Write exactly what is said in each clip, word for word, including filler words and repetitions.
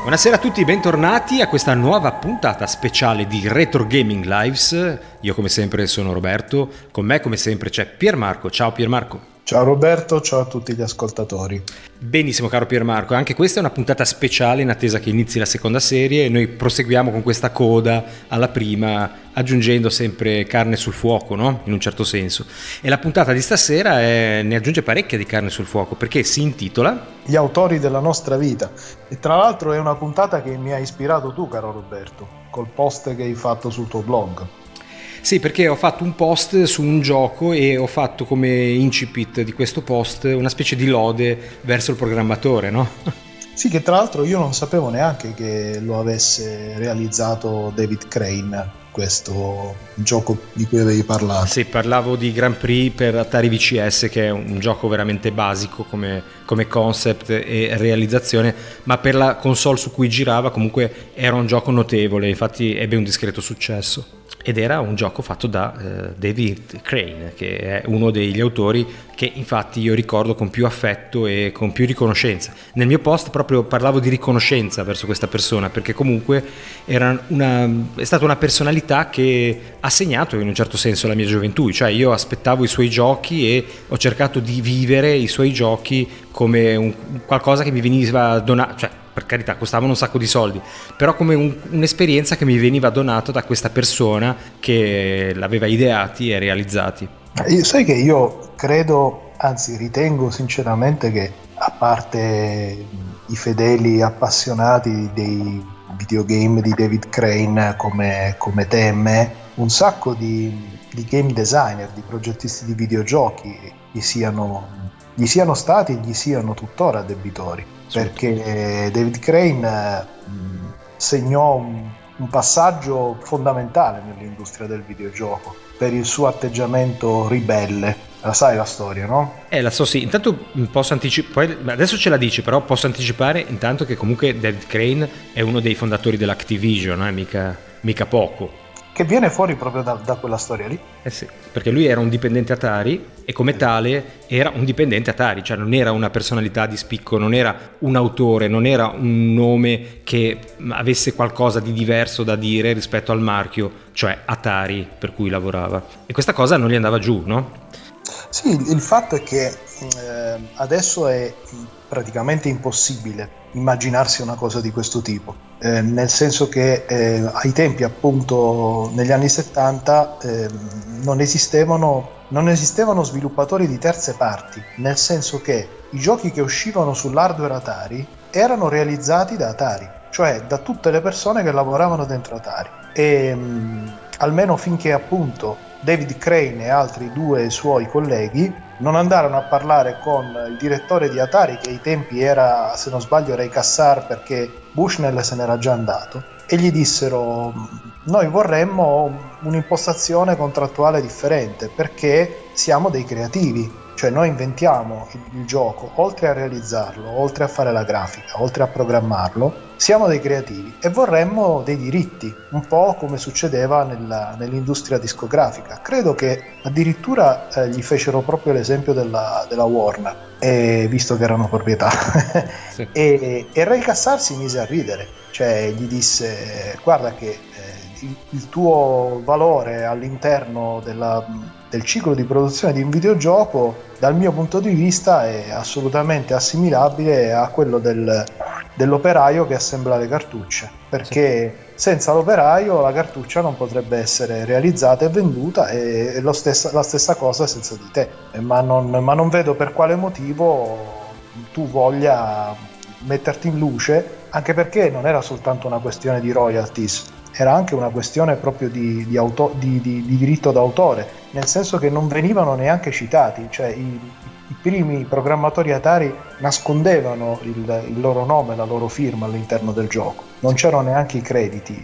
Buonasera a tutti, bentornati a questa nuova puntata speciale di Retro Gaming Lives. Io come sempre sono Roberto, con me come sempre c'è Piermarco. Ciao Piermarco. Ciao Roberto, ciao a tutti gli ascoltatori. Benissimo caro Piermarco, anche questa è una puntata speciale in attesa che inizi la seconda serie e noi proseguiamo con questa coda alla prima, aggiungendo sempre carne sul fuoco, no? In un certo senso. E la puntata di stasera è, ne aggiunge parecchia di carne sul fuoco, perché si intitola Gli autori della nostra vita. E tra l'altro è una puntata che mi hai ispirato tu, caro Roberto, col post che hai fatto sul tuo blog. Sì, perché ho fatto un post su un gioco e ho fatto come incipit di questo post una specie di lode verso il programmatore, no? Sì, che tra l'altro io non sapevo neanche che lo avesse realizzato David Crane, questo gioco di cui avevi parlato. Sì, parlavo di Grand Prix per Atari V C S, che è un gioco veramente basico come, come concept e realizzazione, ma per la console su cui girava comunque era un gioco notevole, infatti ebbe un discreto successo. Ed era un gioco fatto da uh, David Crane, che è uno degli autori che infatti io ricordo con più affetto e con più riconoscenza. Nel mio post proprio parlavo di riconoscenza verso questa persona, perché comunque era una, è stata una personalità che ha segnato in un certo senso la mia gioventù, cioè io aspettavo i suoi giochi e ho cercato di vivere i suoi giochi come un, qualcosa che mi veniva donato, cioè per carità costavano un sacco di soldi, però come un, un'esperienza che mi veniva donata da questa persona che l'aveva ideati e realizzati. Io, sai che io credo, anzi ritengo sinceramente che a parte i fedeli appassionati dei videogame di David Crane come, come te e me, un sacco di, di game designer, di progettisti di videogiochi gli siano, gli siano stati e gli siano tuttora debitori, perché David Crane mh, segnò un, un passaggio fondamentale nell'industria del videogioco per il suo atteggiamento ribelle. La sai la storia, no? Eh, la so, sì. Intanto posso anticipare, adesso ce la dici, però posso anticipare intanto che comunque David Crane è uno dei fondatori dell'Activision, eh? mica, mica poco. Che viene fuori proprio da, da quella storia lì. Eh sì, perché lui era un dipendente Atari e come tale era un dipendente Atari, cioè non era una personalità di spicco, non era un autore, non era un nome che avesse qualcosa di diverso da dire rispetto al marchio, cioè Atari, per cui lavorava. E questa cosa non gli andava giù, no? Sì, il fatto è che eh, adesso è praticamente impossibile immaginarsi una cosa di questo tipo, eh, nel senso che eh, ai tempi, appunto negli anni settanta, eh, non esistevano non esistevano sviluppatori di terze parti, nel senso che i giochi che uscivano sull'hardware Atari erano realizzati da Atari, cioè da tutte le persone che lavoravano dentro Atari, e mh, almeno finché appunto David Crane e altri due suoi colleghi non andarono a parlare con il direttore di Atari, che ai tempi era, se non sbaglio, Ray Kassar, perché Bushnell se n'era già andato, e gli dissero: noi vorremmo un'impostazione contrattuale differente perché siamo dei creativi, cioè noi inventiamo il, il gioco, oltre a realizzarlo, oltre a fare la grafica, oltre a programmarlo, siamo dei creativi e vorremmo dei diritti, un po' come succedeva nella, nell'industria discografica. Credo che addirittura eh, gli fecero proprio l'esempio della, della Warner, eh, visto che erano proprietà. Sì. e, e Ray Kassar si mise a ridere, cioè gli disse: guarda che eh, il, il tuo valore all'interno della, del ciclo di produzione di un videogioco, dal mio punto di vista, è assolutamente assimilabile a quello del dell'operaio che assembla le cartucce, perché sì, senza l'operaio la cartuccia non potrebbe essere realizzata e venduta, e lo stessa, la stessa cosa senza di te, ma non, ma non vedo per quale motivo tu voglia metterti in luce, anche perché non era soltanto una questione di royalties, era anche una questione proprio di, di, auto, di, di, di diritto d'autore, nel senso che non venivano neanche citati, cioè i I primi programmatori Atari nascondevano il, il loro nome, la loro firma all'interno del gioco, non c'erano neanche i crediti,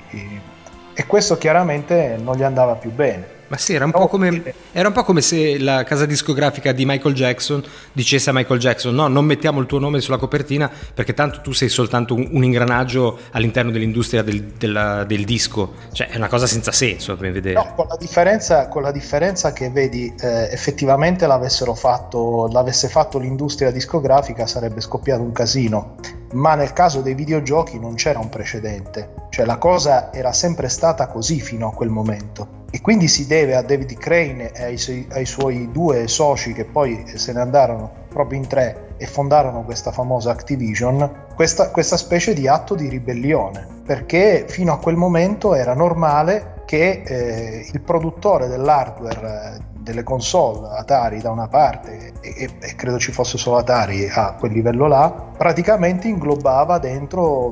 e questo chiaramente non gli andava più bene. Ma sì, era un po' come, era un po' come se la casa discografica di Michael Jackson dicesse a Michael Jackson: no, non mettiamo il tuo nome sulla copertina perché tanto tu sei soltanto un, un ingranaggio all'interno dell'industria del, della, del disco. Cioè è una cosa senza senso, a ben vedere. No, con la differenza, con la differenza che vedi, eh, effettivamente l'avessero fatto, l'avesse fatto l'industria discografica, sarebbe scoppiato un casino, ma nel caso dei videogiochi non c'era un precedente, cioè la cosa era sempre stata così fino a quel momento, e quindi si deve a David Crane e ai, su- ai suoi due soci che poi se ne andarono proprio in tre e fondarono questa famosa Activision, questa, questa specie di atto di ribellione, perché fino a quel momento era normale che eh, il produttore dell'hardware eh, delle console, Atari da una parte e, e credo ci fosse solo Atari a quel livello là, praticamente inglobava dentro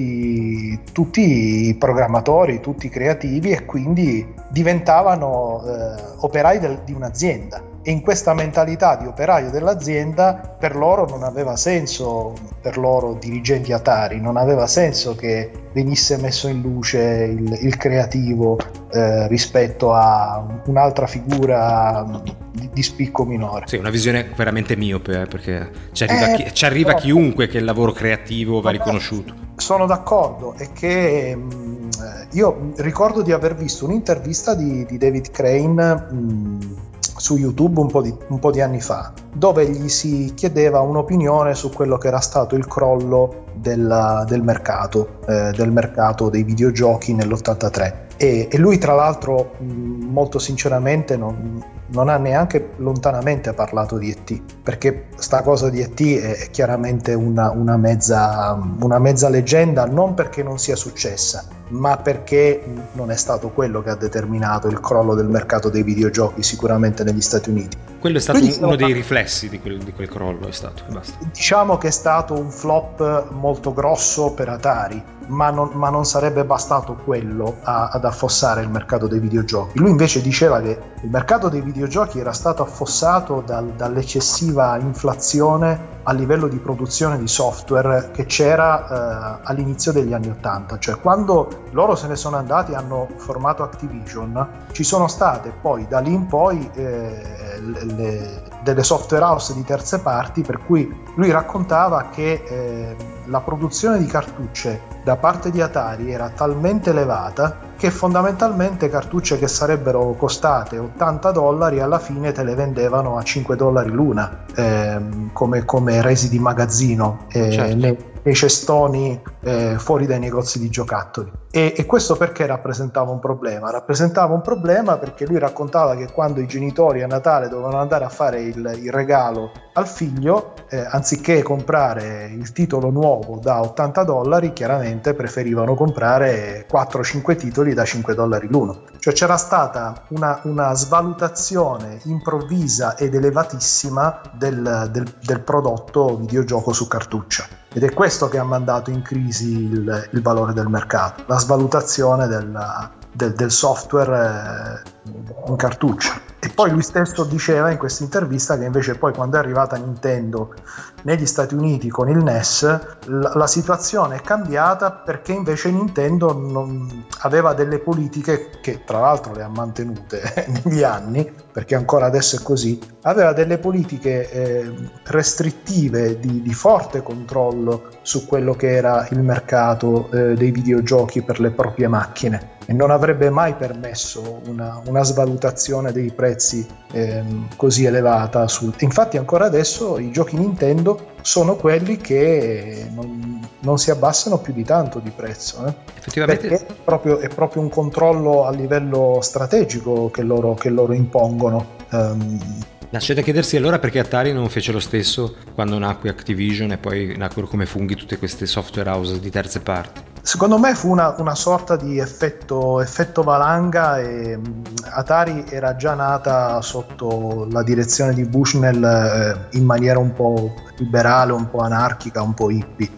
tutti, tutti i programmatori, tutti i creativi, e quindi diventavano eh, operai del, di un'azienda. E in questa mentalità di operaio dell'azienda, per loro non aveva senso, per loro dirigenti Atari, non aveva senso che venisse messo in luce il, il creativo eh, rispetto a un'altra figura di, di spicco minore. Sì, una visione veramente miope, eh, perché ci arriva, Eh, chi, ci arriva però, chiunque che il lavoro creativo va riconosciuto. Sono d'accordo, è che mh, io ricordo di aver visto un'intervista di, di David Crane mh, su YouTube un po' di, un po' di anni fa, dove gli si chiedeva un'opinione su quello che era stato il crollo della, del mercato, eh, del mercato dei videogiochi nell'ottantatré. E, e lui tra l'altro mh, molto sinceramente non, non ha neanche lontanamente parlato di E T, perché sta cosa di E T è chiaramente una, una, mezza, una mezza leggenda, non perché non sia successa, ma perché non è stato quello che ha determinato il crollo del mercato dei videogiochi sicuramente negli Stati Uniti. Quello è stato Quindi, uno no, dei riflessi di quel, di quel crollo, è stato, basta. Diciamo che è stato un flop molto grosso per Atari, ma non, ma non sarebbe bastato quello a, ad affossare il mercato dei videogiochi. Lui invece diceva che il mercato dei videogiochi era stato affossato dal, dall'eccessiva inflazione a livello di produzione di software che c'era eh, all'inizio degli anni ottanta, cioè quando loro se ne sono andati e hanno formato Activision, ci sono state poi da lì in poi eh, le, le, delle software house di terze parti, per cui lui raccontava che eh, la produzione di cartucce da parte di Atari era talmente elevata che fondamentalmente cartucce che sarebbero costate ottanta dollari alla fine te le vendevano a cinque dollari l'una, ehm, come, come resi di magazzino eh, certo. nei, nei cestoni eh, fuori dai negozi di giocattoli. E, e questo perché rappresentava un problema? Rappresentava un problema perché lui raccontava che quando i genitori a Natale dovevano andare a fare il, il regalo al figlio, eh, anziché comprare il titolo nuovo da ottanta dollari, chiaramente preferivano comprare quattro cinque titoli da cinque dollari l'uno. Cioè c'era stata una, una svalutazione improvvisa ed elevatissima del, del, del prodotto videogioco su cartuccia, ed è questo che ha mandato in crisi il, il valore del mercato, la svalutazione del, del, del software in cartuccia. E poi lui stesso diceva in questa intervista che invece poi quando è arrivata Nintendo negli Stati Uniti con il N E S, la, la situazione è cambiata, perché invece Nintendo non aveva delle politiche, che tra l'altro le ha mantenute negli anni, perché ancora adesso è così, aveva delle politiche eh, restrittive di, di forte controllo su quello che era il mercato eh, dei videogiochi per le proprie macchine, e non avrebbe mai permesso una, una svalutazione dei prezzi ehm, così elevata. Sul... Infatti ancora adesso i giochi Nintendo sono quelli che non, non si abbassano più di tanto di prezzo, eh? Effettivamente perché è proprio, è proprio un controllo a livello strategico che loro, che loro impongono. Um, c'è da chiedersi allora perché Atari non fece lo stesso quando nacque Activision e poi nacquero come funghi tutte queste software house di terze parti. Secondo me fu una, una sorta di effetto, effetto valanga, e um, Atari era già nata sotto la direzione di Bushnell eh, in maniera un po' liberale, un po' anarchica, un po' hippie.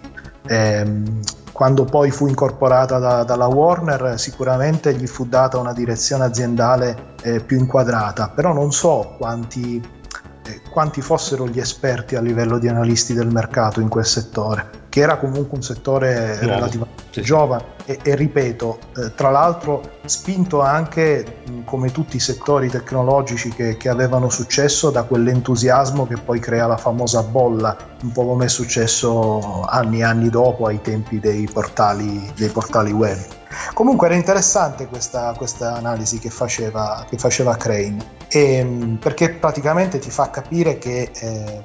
Eh, quando poi fu incorporata da, dalla Warner, sicuramente gli fu data una direzione aziendale eh, più inquadrata, però non so quanti, eh, quanti fossero gli esperti a livello di analisti del mercato in quel settore, che era comunque un settore Nuovo, relativamente sì, giovane e, e ripeto, eh, tra l'altro spinto anche, mh, come tutti i settori tecnologici che, che avevano successo, da quell'entusiasmo che poi crea la famosa bolla, un po' come è successo anni e anni dopo ai tempi dei portali, dei portali web. Comunque era interessante questa, questa analisi che faceva, che faceva Crane, e, perché praticamente ti fa capire che eh,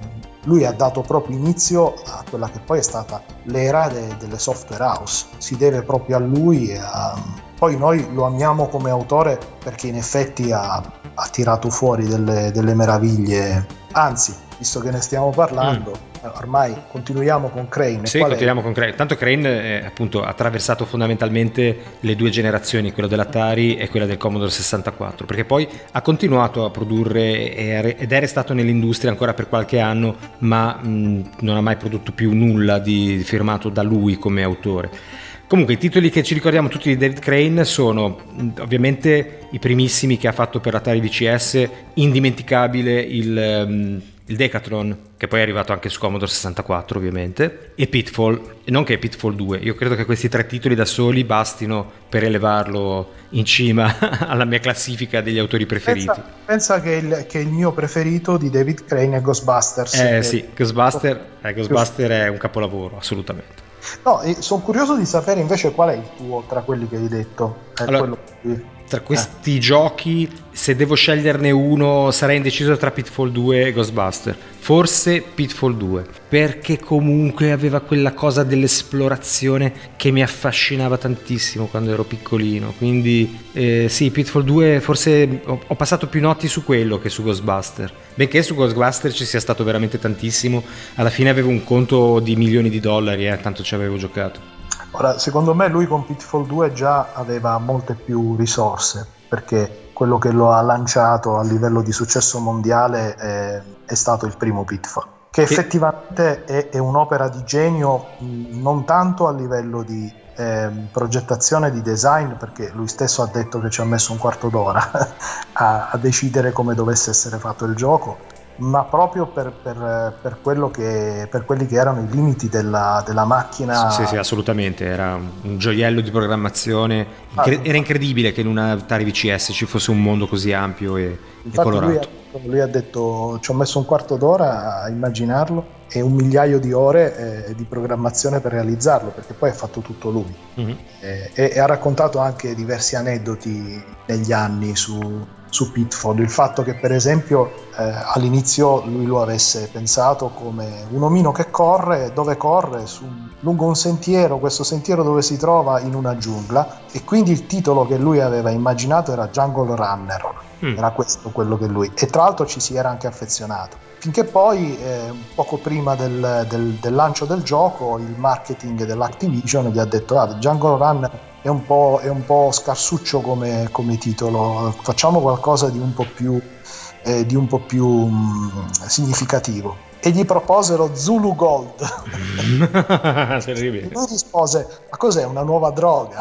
lui ha dato proprio inizio a quella che poi è stata l'era de- delle software house. Si deve proprio a lui e a... Poi noi lo amiamo come autore perché in effetti ha, ha tirato fuori delle, delle meraviglie, anzi, visto che ne stiamo parlando, mm. ormai continuiamo con Crane. Sì, continuiamo è? con Crane. Tanto Crane eh, appunto ha attraversato fondamentalmente le due generazioni, quella dell'Atari e quella del Commodore sessantaquattro, perché poi ha continuato a produrre ed è restato nell'industria ancora per qualche anno, ma mh, non ha mai prodotto più nulla di firmato da lui come autore. Comunque i titoli che ci ricordiamo tutti di David Crane sono ovviamente i primissimi che ha fatto per Atari V C S, indimenticabile il, um, il Decathlon, che poi è arrivato anche su Commodore sessantaquattro ovviamente, e Pitfall, e non che Pitfall due. Io credo che questi tre titoli da soli bastino per elevarlo in cima alla mia classifica degli autori preferiti. Pensa, pensa che, il, che il mio preferito di David Crane è Ghostbusters. Eh sì, Ghostbuster, eh, Ghostbuster è un capolavoro, assolutamente. No, sono curioso di sapere invece qual è il tuo tra quelli che hai detto. È allora, quello che... tra questi eh. giochi, se devo sceglierne uno, sarei indeciso tra Pitfall due e Ghostbuster. Forse Pitfall due, perché comunque aveva quella cosa dell'esplorazione che mi affascinava tantissimo quando ero piccolino. Quindi eh, sì, Pitfall due, forse ho, ho passato più notti su quello che su Ghostbuster. Benché su Ghostbuster ci sia stato veramente tantissimo, alla fine avevo un conto di milioni di dollari, eh, tanto ci avevo giocato. Ora, secondo me lui con Pitfall due già aveva molte più risorse, perché quello che lo ha lanciato a livello di successo mondiale è, è stato il primo Pitfall, che effettivamente è, è un'opera di genio, non tanto a livello di eh, progettazione, di design, perché lui stesso ha detto che ci ha messo un quarto d'ora a, a decidere come dovesse essere fatto il gioco, ma proprio per, per, per, quello che, per quelli che erano i limiti della, della macchina. Sì, sì, assolutamente, era un gioiello di programmazione. Incre- era incredibile che in una Atari V C S ci fosse un mondo così ampio e, e colorato. Lui ha, lui ha detto, ci ho messo un quarto d'ora a immaginarlo e un migliaio di ore eh, di programmazione per realizzarlo, perché poi ha fatto tutto lui. Mm-hmm. e, e ha raccontato anche diversi aneddoti negli anni su su Pitfall, il fatto che per esempio eh, all'inizio lui lo avesse pensato come un omino che corre, dove corre? Su, lungo un sentiero, questo sentiero dove si trova in una giungla, e quindi il titolo che lui aveva immaginato era Jungle Runner, mm. era questo quello che lui, e tra l'altro ci si era anche affezionato, finché poi eh, poco prima del, del, del lancio del gioco il marketing dell'Activision gli ha detto ah, Jungle Runner è un po', è un po' scarsuccio come, come titolo, facciamo qualcosa di un po' più, eh, di un po' più mh, significativo. E gli proposero Zulu Gold. E lui rispose, ma cos'è, una nuova droga?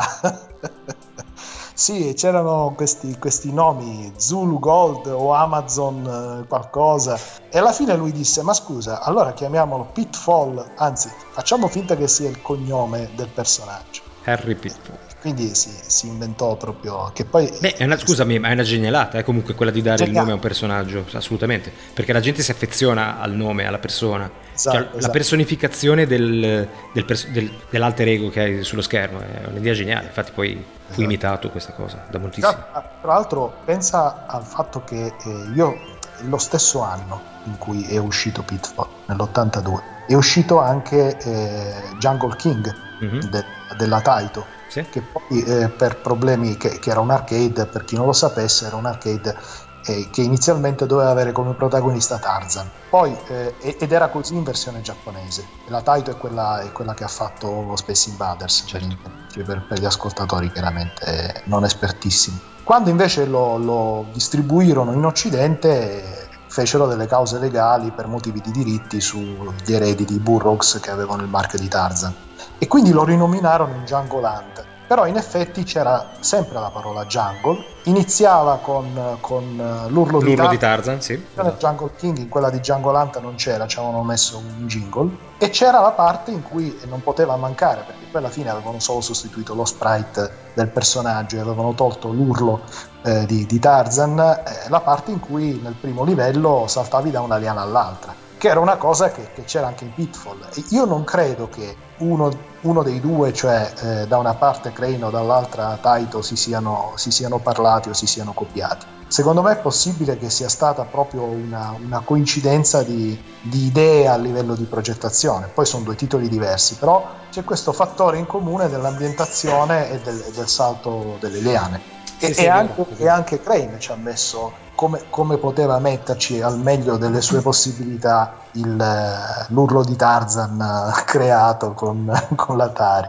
Sì, c'erano questi, questi nomi, Zulu Gold o Amazon eh, qualcosa, e alla fine lui disse, ma scusa, allora chiamiamolo Pitfall, anzi facciamo finta che sia il cognome del personaggio. Harry Pitfall. Quindi si, si inventò proprio che poi beh è una, scusami ma è una genialata eh, comunque quella di dare geniale. Il nome a un personaggio, assolutamente, perché la gente si affeziona al nome, alla persona, esatto, cioè, esatto. La personificazione del, del, pers- del, dell'alter ego che hai sullo schermo è un'idea geniale, infatti poi fu esatto. imitato questa cosa da moltissimo. Tra l'altro pensa al fatto che eh, io lo stesso anno in cui è uscito Pitfall, nell'ottantadue, è uscito anche eh, Jungle King mm-hmm. de- della Taito, sì. Che poi eh, per problemi che, che era un arcade, per chi non lo sapesse, era un arcade eh, che inizialmente doveva avere come protagonista Tarzan, poi eh, ed era così in versione giapponese. La Taito è quella, è quella che ha fatto Space Invaders, certo. per, per, per gli ascoltatori chiaramente non espertissimi. Quando invece lo, lo distribuirono in Occidente fecero delle cause legali per motivi di diritti sugli eredi di Burroughs che avevano il marchio di Tarzan, e quindi lo rinominarono in Jungle Land. Però in effetti c'era sempre la parola jungle, iniziava con, con l'urlo, l'urlo di Tarzan, di Tarzan sì. Nel Jungle King, in quella di Jungle Hunt non c'era, ci avevano messo un jingle, e c'era la parte in cui non poteva mancare, perché poi alla fine avevano solo sostituito lo sprite del personaggio e avevano tolto l'urlo eh, di, di Tarzan, eh, la parte in cui nel primo livello saltavi da una liana all'altra, che era una cosa che, che c'era anche in Pitfall. E io non credo che uno, uno dei due, cioè eh, da una parte Crane o dall'altra Taito, si siano, si siano parlati o si siano copiati. Secondo me è possibile che sia stata proprio una, una coincidenza di, di idee a livello di progettazione. Poi sono due titoli diversi, però c'è questo fattore in comune dell'ambientazione e del, del salto delle liane. Sì, e, sì, e, anche, sì. e anche Crane ci ha messo come, come poteva metterci al meglio delle sue possibilità il, l'urlo di Tarzan creato con, con l'Atari.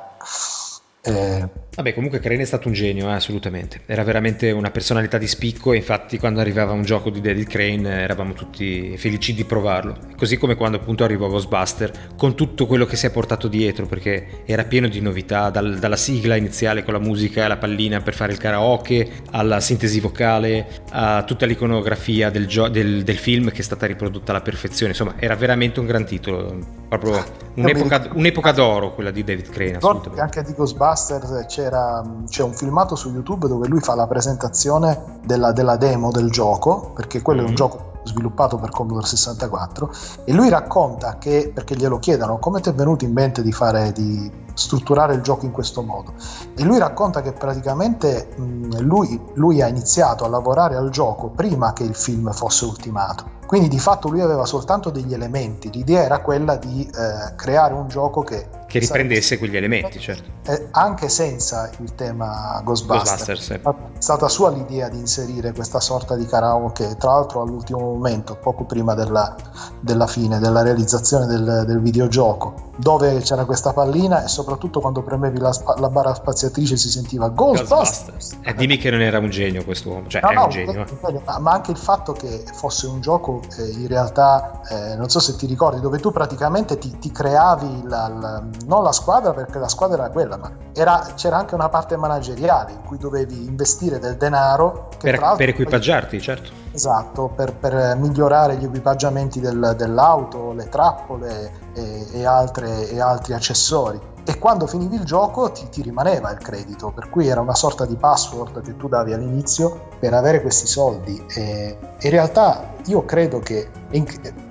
Eh, Vabbè, comunque Crane è stato un genio, eh, assolutamente. Era veramente una personalità di spicco e infatti quando arrivava un gioco di David Crane eravamo tutti felici di provarlo. Così come quando appunto arrivò Ghostbuster, con tutto quello che si è portato dietro, perché era pieno di novità, dal, dalla sigla iniziale con la musica e la pallina per fare il karaoke, alla sintesi vocale, a tutta l'iconografia del, gio- del, del film che è stata riprodotta alla perfezione. Insomma, era veramente un gran titolo, proprio un'epoca, un'epoca d'oro quella di David Crane, assolutamente. Anche di Ghostbusters c'è C'era, c'è un filmato su YouTube dove lui fa la presentazione della, della demo del gioco, perché quello mm-hmm. è un gioco sviluppato per Commodore sessantaquattro, e lui racconta che, perché glielo chiedono, come ti è venuto in mente di fare di strutturare il gioco in questo modo, e lui racconta che praticamente mh, lui, lui ha iniziato a lavorare al gioco prima che il film fosse ultimato, quindi di fatto lui aveva soltanto degli elementi. L'idea era quella di eh, creare un gioco che che riprendesse quegli elementi, certo. Eh, anche senza il tema Ghostbusters. Ghostbusters sì. È stata sua l'idea di inserire questa sorta di karaoke, tra l'altro all'ultimo momento, poco prima della, della fine, della realizzazione del, del videogioco, dove c'era questa pallina e soprattutto quando premevi la, la barra spaziatrice si sentiva Ghostbusters. Ghostbusters. Eh, dimmi che non era un genio quest'uomo, cioè no, è no, un genio. Eh. Ma anche il fatto che fosse un gioco eh, in realtà, eh, non so se ti ricordi, dove tu praticamente ti, ti creavi la, la non la squadra, perché la squadra era quella, ma era, c'era anche una parte manageriale in cui dovevi investire del denaro che per, tra per equipaggiarti, certo. Esatto, per, per migliorare gli equipaggiamenti del, dell'auto, le trappole e, e, altre, e altri accessori. E quando finivi il gioco ti, ti rimaneva il credito, per cui era una sorta di password che tu davi all'inizio per avere questi soldi. E in realtà io credo che in,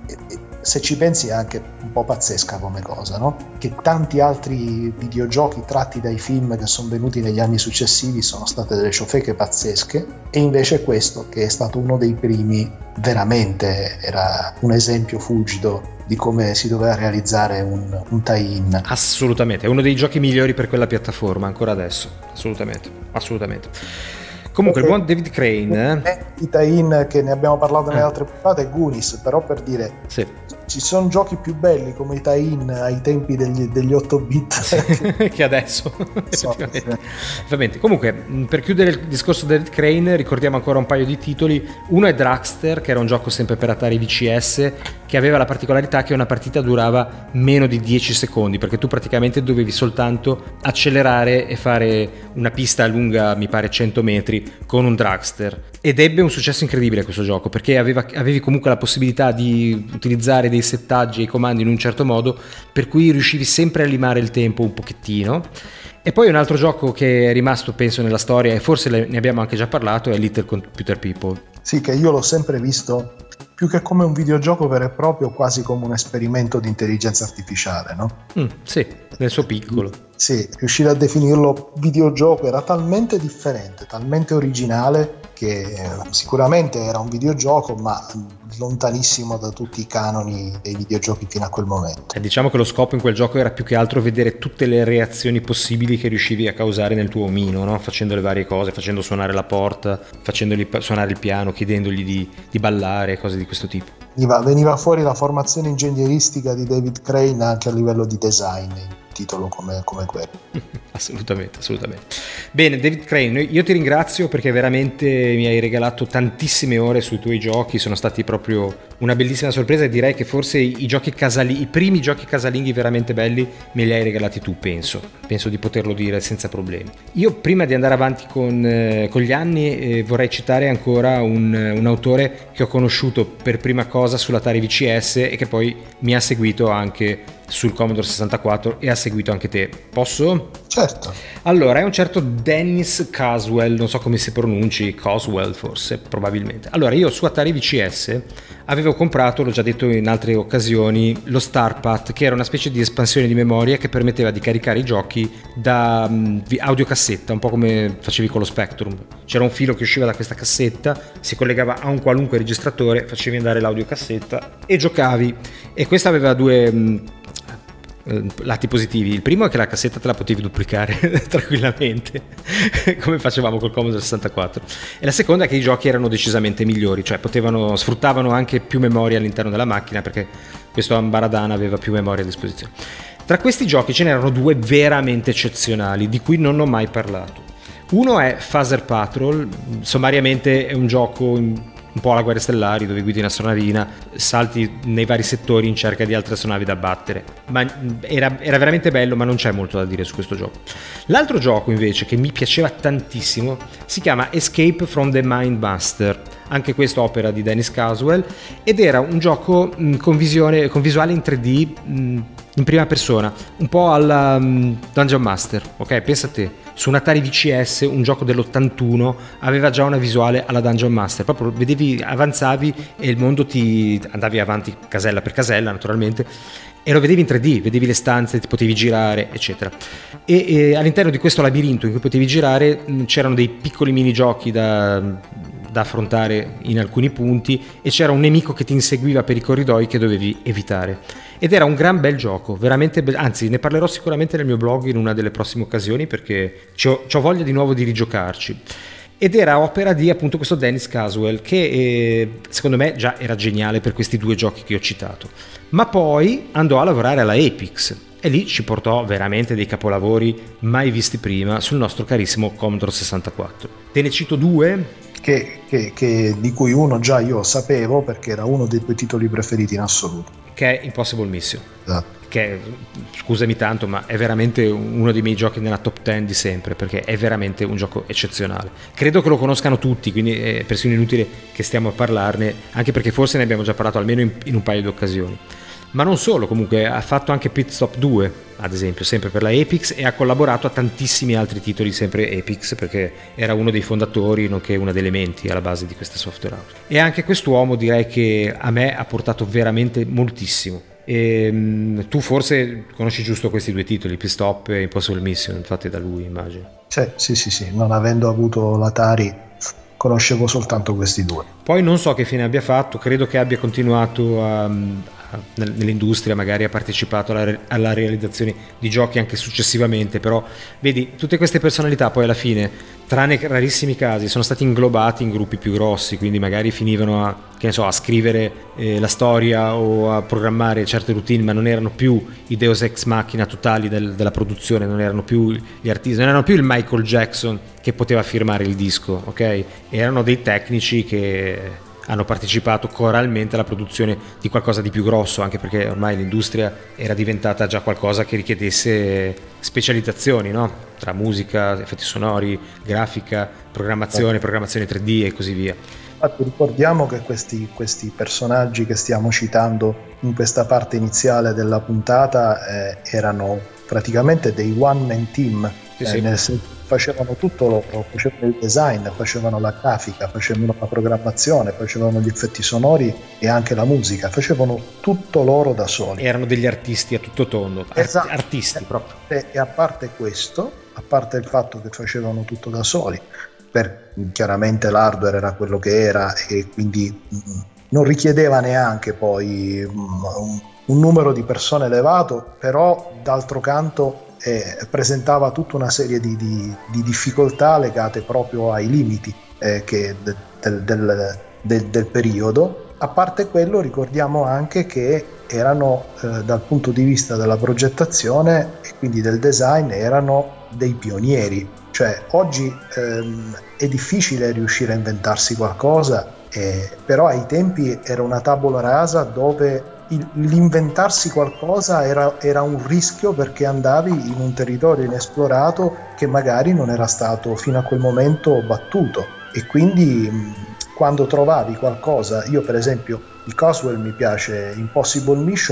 se ci pensi è anche un po' pazzesca come cosa, no? Che tanti altri videogiochi tratti dai film che sono venuti negli anni successivi sono state delle ciofeche pazzesche, e invece questo, che è stato uno dei primi, veramente era un esempio fulgido di come si doveva realizzare un, un tie-in. Assolutamente, è uno dei giochi migliori per quella piattaforma ancora adesso, assolutamente, assolutamente. Comunque il buon David Crane, eh? I tie-in che ne abbiamo parlato nelle eh. altre puntate è Goonies, però per dire sì. ci sono giochi più belli come i tie-in ai tempi degli, degli otto bit sì, che adesso so, sì. Comunque, per chiudere il discorso David Crane, ricordiamo ancora un paio di titoli. Uno è Dragster, che era un gioco sempre per Atari V C S, che aveva la particolarità che una partita durava meno di dieci secondi, perché tu praticamente dovevi soltanto accelerare e fare una pista lunga, mi pare cento metri, con un dragster, ed ebbe un successo incredibile questo gioco, perché aveva, avevi comunque la possibilità di utilizzare dei settaggi e i comandi in un certo modo, per cui riuscivi sempre a limare il tempo un pochettino. E poi un altro gioco che è rimasto, penso, nella storia, e forse ne abbiamo anche già parlato, è Little Computer People. Sì, che io l'ho sempre visto più che come un videogioco vero e proprio, quasi come un esperimento di intelligenza artificiale, no? Mm, sì, nel suo piccolo. Sì, riuscire a definirlo videogioco era talmente differente, talmente originale, che sicuramente era un videogioco, ma lontanissimo da tutti i canoni dei videogiochi fino a quel momento. E diciamo che lo scopo in quel gioco era più che altro vedere tutte le reazioni possibili che riuscivi a causare nel tuo omino, no? Facendo le varie cose, facendo suonare la porta, facendogli suonare il piano, chiedendogli di, di ballare, cose di questo tipo. Veniva, veniva fuori la formazione ingegneristica di David Crane anche a livello di design, titolo come, come quello. Assolutamente, assolutamente. Bene, David Crane, io ti ringrazio perché veramente mi hai regalato tantissime ore sui tuoi giochi, sono stati proprio una bellissima sorpresa, e direi che forse i giochi casalinghi, i primi giochi casalinghi veramente belli me li hai regalati tu, penso, penso di poterlo dire senza problemi. Io prima di andare avanti con, eh, con gli anni eh, vorrei citare ancora un, un autore che ho conosciuto per prima cosa sull'Atari V C S e che poi mi ha seguito anche sul Commodore sessantaquattro e ha seguito anche te. Posso? Certo. Allora, è un certo Dennis Caswell, non so come si pronunci, Caswell forse, probabilmente. Allora, io su Atari V C S avevo comprato, l'ho già detto in altre occasioni, lo StarPath, che era una specie di espansione di memoria che permetteva di caricare i giochi da um, audiocassetta, un po' come facevi con lo Spectrum. C'era un filo che usciva da questa cassetta, si collegava a un qualunque registratore, facevi andare l'audiocassetta e giocavi. E questa aveva due um, lati positivi. Il primo è che la cassetta te la potevi duplicare tranquillamente come facevamo col Commodore sessantaquattro, e la seconda è che i giochi erano decisamente migliori, cioè potevano sfruttavano anche più memoria all'interno della macchina, perché questo Ambaradana aveva più memoria a disposizione. Tra questi giochi ce n'erano due veramente eccezionali di cui non ho mai parlato. Uno è Phaser Patrol, sommariamente è un gioco in un po' alla Guerre Stellari, dove guidi un'astronavina, salti nei vari settori in cerca di altre astronavi da battere. Ma era, era veramente bello, ma non c'è molto da dire su questo gioco. L'altro gioco invece che mi piaceva tantissimo si chiama Escape from the Mind Master, anche questo opera di Dennis Caswell, ed era un gioco mh, con visione, con visuale in tre D mh, in prima persona, un po' alla um, Dungeon Master, ok? Pensa a te, su un Atari V C S, un gioco dell'ottantuno, aveva già una visuale alla Dungeon Master, proprio vedevi, avanzavi e il mondo ti andavi avanti casella per casella naturalmente, e lo vedevi in tre D, vedevi le stanze, ti potevi girare, eccetera. E, e all'interno di questo labirinto in cui potevi girare mh, c'erano dei piccoli minigiochi da... da affrontare in alcuni punti, e c'era un nemico che ti inseguiva per i corridoi che dovevi evitare, ed era un gran bel gioco, veramente be- anzi ne parlerò sicuramente nel mio blog in una delle prossime occasioni, perché c'ho, c'ho voglia di nuovo di rigiocarci. Ed era opera di appunto questo Dennis Caswell, che eh, secondo me già era geniale per questi due giochi che ho citato, ma poi andò a lavorare alla Epyx e lì ci portò veramente dei capolavori mai visti prima sul nostro carissimo Commodore sessantaquattro. Te ne cito due che, che, che di cui uno già io sapevo, perché era uno dei tuoi titoli preferiti in assoluto, che è Impossible Mission. Esatto. Che, scusami tanto, ma è veramente uno dei miei giochi nella top dieci di sempre, perché è veramente un gioco eccezionale. Credo che lo conoscano tutti, quindi è persino inutile che stiamo a parlarne, anche perché forse ne abbiamo già parlato almeno in, in un paio di occasioni. Ma non solo, comunque ha fatto anche Pit Stop due, ad esempio, sempre per la Epyx, e ha collaborato a tantissimi altri titoli sempre Epyx, perché era uno dei fondatori, nonché uno dei elementi alla base di questa software house. E anche quest'uomo direi che a me ha portato veramente moltissimo. E, mh, tu forse conosci giusto questi due titoli, Pit Stop e Impossible Mission, fatti da lui, immagino. Sì, sì, sì, sì. Non avendo avuto l'Atari, conoscevo soltanto questi due. Poi non so che fine abbia fatto, credo che abbia continuato a, a, nell'industria, magari ha partecipato alla, alla realizzazione di giochi anche successivamente, però vedi, tutte queste personalità poi alla fine, tranne rarissimi casi, sono stati inglobati in gruppi più grossi, quindi magari finivano a, che ne so, a scrivere eh, la storia o a programmare certe routine, ma non erano più i Deus Ex Machina totali del, della produzione, non erano più gli artisti, non erano più il Michael Jackson che poteva firmare il disco, ok? Erano dei tecnici che hanno partecipato coralmente alla produzione di qualcosa di più grosso, anche perché ormai l'industria era diventata già qualcosa che richiedesse specializzazioni, no? Tra musica, effetti sonori, grafica, programmazione, programmazione tre D e così via. Infatti ricordiamo che questi, questi personaggi che stiamo citando in questa parte iniziale della puntata eh, erano praticamente dei one man team, sì, eh, sì. Nel senso, facevano tutto loro, facevano il design, facevano la grafica, facevano la programmazione, facevano gli effetti sonori e anche la musica, facevano tutto loro da soli. Erano degli artisti a tutto tondo, esatto. Artisti proprio. E, e a parte questo, a parte il fatto che facevano tutto da soli, per, chiaramente l'hardware era quello che era e quindi mh, non richiedeva neanche poi mh, un, un numero di persone elevato, però d'altro canto eh, presentava tutta una serie di, di, di difficoltà legate proprio ai limiti eh, che de, del, del, del, del periodo. A parte quello, ricordiamo anche che erano eh, dal punto di vista della progettazione e quindi del design erano dei pionieri. Cioè oggi ehm, è difficile riuscire a inventarsi qualcosa, eh, però ai tempi era una tabula rasa dove il, l'inventarsi qualcosa era, era un rischio, perché andavi in un territorio inesplorato che magari non era stato fino a quel momento battuto, e quindi mh, quando trovavi qualcosa, io per esempio di Caswell mi piace Impossible Mission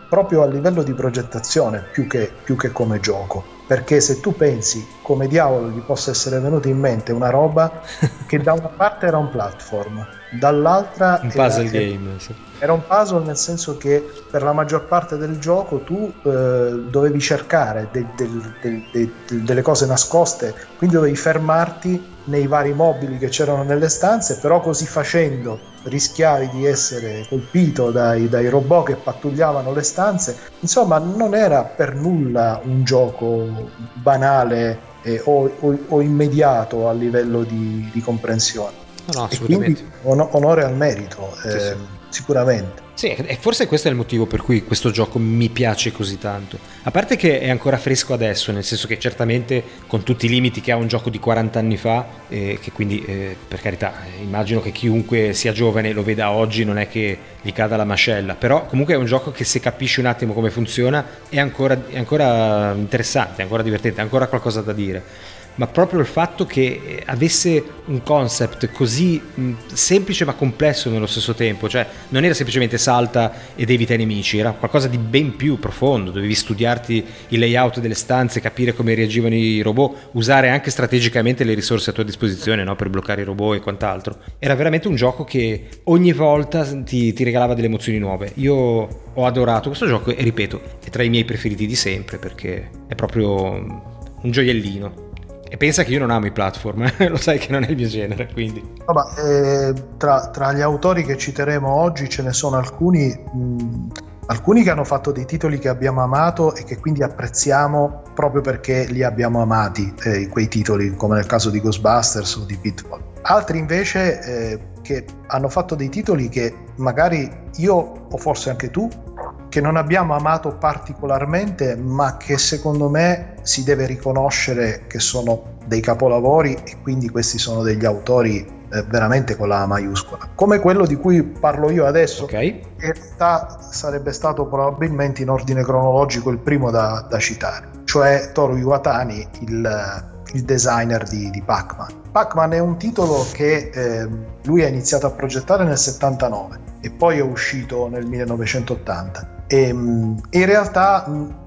proprio a livello di progettazione più che, più che come gioco, perché se tu pensi come diavolo gli possa essere venuta in mente una roba che da una parte era un platform, dall'altra un puzzle era, game, sì. Era un puzzle, nel senso che per la maggior parte del gioco tu eh, dovevi cercare de, de, de, de, de, delle cose nascoste, quindi dovevi fermarti nei vari mobili che c'erano nelle stanze, però così facendo rischiavi di essere colpito dai, dai robot che pattugliavano le stanze. Insomma, non era per nulla un gioco banale eh, o, o, o immediato a livello di, di comprensione. No, no, assolutamente. E quindi on- onore al merito, eh, sì, sì. Sicuramente. Sì, e forse questo è il motivo per cui questo gioco mi piace così tanto. A parte che è ancora fresco adesso, nel senso che certamente con tutti i limiti che ha un gioco di quaranta anni fa, eh, che quindi eh, per carità immagino che chiunque sia giovane lo veda oggi, non è che gli cada la mascella, però comunque è un gioco che se capisci un attimo come funziona è ancora, è ancora interessante, è ancora divertente, ha ancora qualcosa da dire. Ma proprio il fatto che avesse un concept così mh, semplice ma complesso nello stesso tempo, cioè non era semplicemente salta ed evita i nemici, era qualcosa di ben più profondo, dovevi studiarti il layout delle stanze, capire come reagivano i robot, usare anche strategicamente le risorse a tua disposizione, no? Per bloccare i robot e quant'altro. Era veramente un gioco che ogni volta ti, ti regalava delle emozioni nuove. Io ho adorato questo gioco e ripeto, è tra i miei preferiti di sempre perché è proprio un gioiellino. E pensa che io non amo i platform, eh? Lo sai che non è il mio genere, quindi. No, ma, eh, tra, tra gli autori che citeremo oggi ce ne sono alcuni, mh, alcuni che hanno fatto dei titoli che abbiamo amato e che quindi apprezziamo proprio perché li abbiamo amati, eh, quei titoli, come nel caso di Ghostbusters o di Pitfall. Altri invece eh, che hanno fatto dei titoli che magari io o forse anche tu che non abbiamo amato particolarmente, ma che secondo me si deve riconoscere che sono dei capolavori e quindi questi sono degli autori eh, veramente con la A maiuscola, come quello di cui parlo io adesso, okay. Che in realtà sarebbe stato probabilmente in ordine cronologico il primo da, da citare, cioè Toru Iwatani, il, il designer di, di Pac-Man. Pac-Man è un titolo che eh, lui ha iniziato a progettare nel settantanove e poi è uscito nel millenovecentottanta. E, in realtà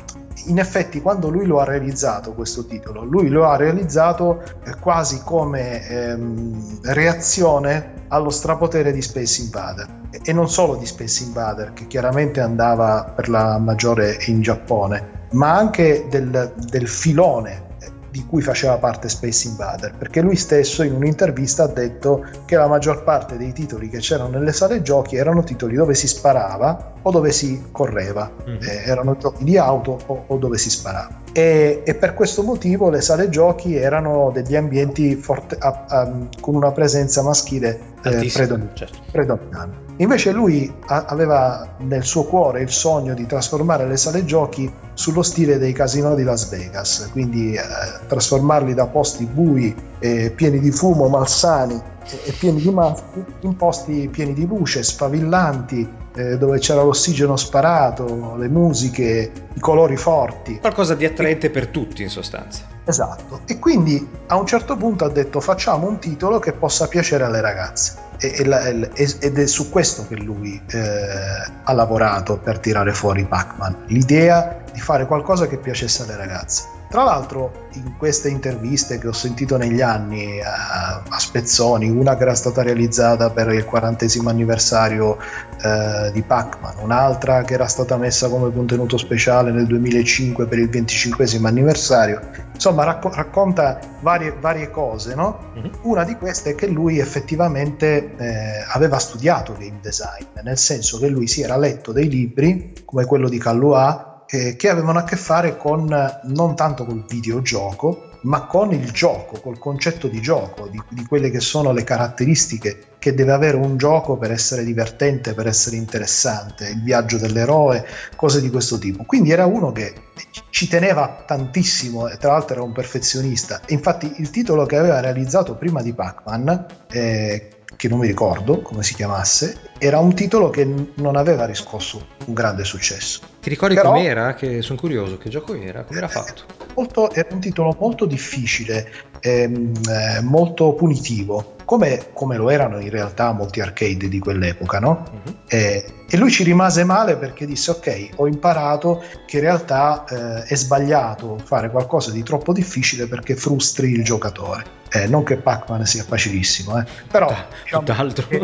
in effetti quando lui lo ha realizzato questo titolo lui lo ha realizzato eh, quasi come ehm, reazione allo strapotere di Space Invader, e, e non solo di Space Invader, che chiaramente andava per la maggiore in Giappone, ma anche del, del filone di cui faceva parte Space Invader, perché lui stesso in un'intervista ha detto che la maggior parte dei titoli che c'erano nelle sale giochi erano titoli dove si sparava o dove si correva, mm-hmm. eh, erano giochi di auto o, o dove si sparava, e, e per questo motivo le sale giochi erano degli ambienti forte, a, a, con una presenza maschile eh, predom- certo. predominante. Invece lui a- aveva nel suo cuore il sogno di trasformare le sale giochi sullo stile dei casinò di Las Vegas, quindi eh, trasformarli da posti bui, eh, pieni di fumo, malsani e, e pieni di maschi, in posti pieni di luce, sfavillanti, eh, dove c'era l'ossigeno sparato, le musiche, i colori forti. Qualcosa di attraente e... per tutti, in sostanza. Esatto. E quindi a un certo punto ha detto: facciamo un titolo che possa piacere alle ragazze. E, e, ed è su questo che lui eh, ha lavorato per tirare fuori Pac-Man, l'idea di fare qualcosa che piacesse alle ragazze. Tra l'altro, in queste interviste che ho sentito negli anni a, a spezzoni, una che era stata realizzata per il quarantesimo anniversario eh, di Pac-Man, un'altra che era stata messa come contenuto speciale nel duemilacinque per il venticinquesimo anniversario, insomma racco- racconta varie, varie cose, no? Mm-hmm. Una di queste è che lui effettivamente eh, aveva studiato game design, nel senso che lui si era letto dei libri come quello di Calluà eh, che avevano a che fare con non tanto col videogioco, ma con il gioco, col concetto di gioco, di, di quelle che sono le caratteristiche che deve avere un gioco per essere divertente, per essere interessante, il viaggio dell'eroe, cose di questo tipo. Quindi era uno che ci teneva tantissimo e tra l'altro era un perfezionista. E infatti il titolo che aveva realizzato prima di Pac-Man, eh, che non mi ricordo come si chiamasse, era un titolo che n- non aveva riscosso un grande successo. Ti ricordi Però, com'era? Che sono curioso, che gioco era? Come era fatto? Molto, era un titolo molto difficile, ehm, eh, molto punitivo, come, come lo erano in realtà molti arcade di quell'epoca, no? Uh-huh. E, e lui ci rimase male perché disse: ok, ho imparato che in realtà eh, è sbagliato fare qualcosa di troppo difficile perché frustri il giocatore. Eh, non che Pac-Man sia facilissimo, eh. Però diciamo tutt'altro. Che,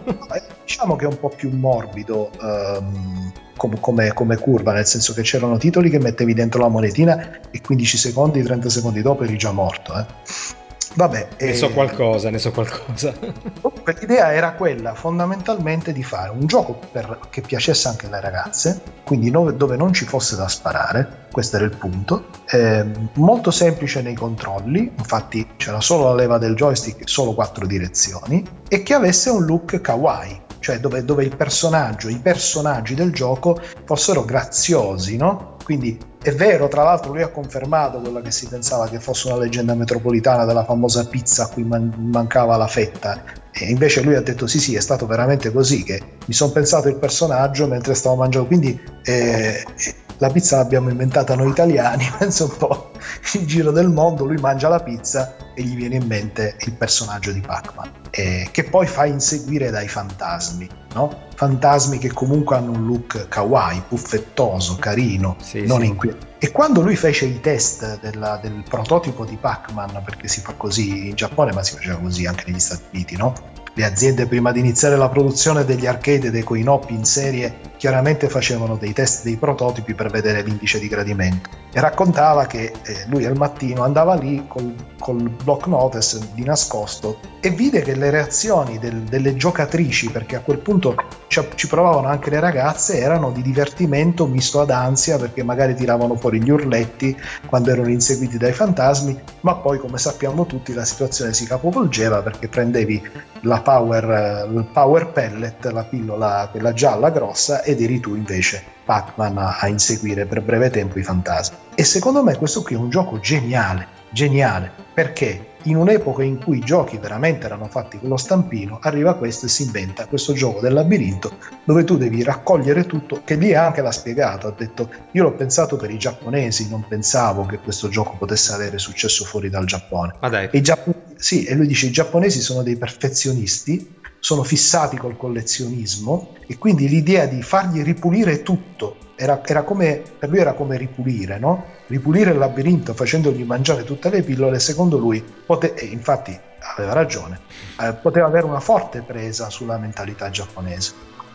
diciamo che è un po' più morbido um, com- come, come curva, nel senso che c'erano titoli che mettevi dentro la monetina e quindici secondi, trenta secondi dopo eri già morto, eh. Vabbè, ne eh, so qualcosa, ne so qualcosa. L'idea era quella fondamentalmente di fare un gioco per, che piacesse anche alle ragazze, quindi no, dove non ci fosse da sparare, questo era il punto, eh, molto semplice nei controlli, infatti c'era solo la leva del joystick, solo quattro direzioni, e che avesse un look kawaii, cioè dove, dove il personaggio, i personaggi del gioco fossero graziosi, no? Quindi è vero, tra l'altro lui ha confermato quella che si pensava che fosse una leggenda metropolitana della famosa pizza a cui man- mancava la fetta, e invece lui ha detto sì sì, è stato veramente così, che mi sono pensato il personaggio mentre stavo mangiando, quindi eh, la pizza l'abbiamo inventata noi italiani, penso un po' il giro del mondo, lui mangia la pizza e gli viene in mente il personaggio di Pac-Man, eh, che poi fa inseguire dai fantasmi, no? Fantasmi che comunque hanno un look kawaii, puffettoso, carino, sì, non sì. inquietante. E quando lui fece i test della, del prototipo di Pac-Man, perché si fa così in Giappone ma si faceva così anche negli Stati Uniti, no? Le aziende prima di iniziare la produzione degli arcade e dei coin-op in serie chiaramente facevano dei test dei prototipi per vedere l'indice di gradimento, e raccontava che eh, lui al mattino andava lì col, col block notice di nascosto e vide che le reazioni del, delle giocatrici, perché a quel punto ci, ci provavano anche le ragazze, erano di divertimento misto ad ansia, perché magari tiravano fuori gli urletti quando erano inseguiti dai fantasmi, ma poi, come sappiamo tutti, la situazione si capovolgeva perché prendevi la power, il power pellet, la pillola quella gialla grossa, ed eri tu invece Pac-Man a, a inseguire per breve tempo i fantasmi. E secondo me questo qui è un gioco geniale, geniale, perché in un'epoca in cui i giochi veramente erano fatti con lo stampino, arriva questo e si inventa questo gioco del labirinto dove tu devi raccogliere tutto, che lì anche l'ha spiegato, ha detto: io l'ho pensato per i giapponesi, non pensavo che questo gioco potesse avere successo fuori dal Giappone. Ma dai. E, i giapp- sì, e lui dice: i giapponesi sono dei perfezionisti, sono fissati col collezionismo, e quindi l'idea di fargli ripulire tutto era, era come, per lui era come ripulire, no? Ripulire il labirinto facendogli mangiare tutte le pillole, secondo lui, pote- e infatti aveva ragione, eh, poteva avere una forte presa sulla mentalità giapponese.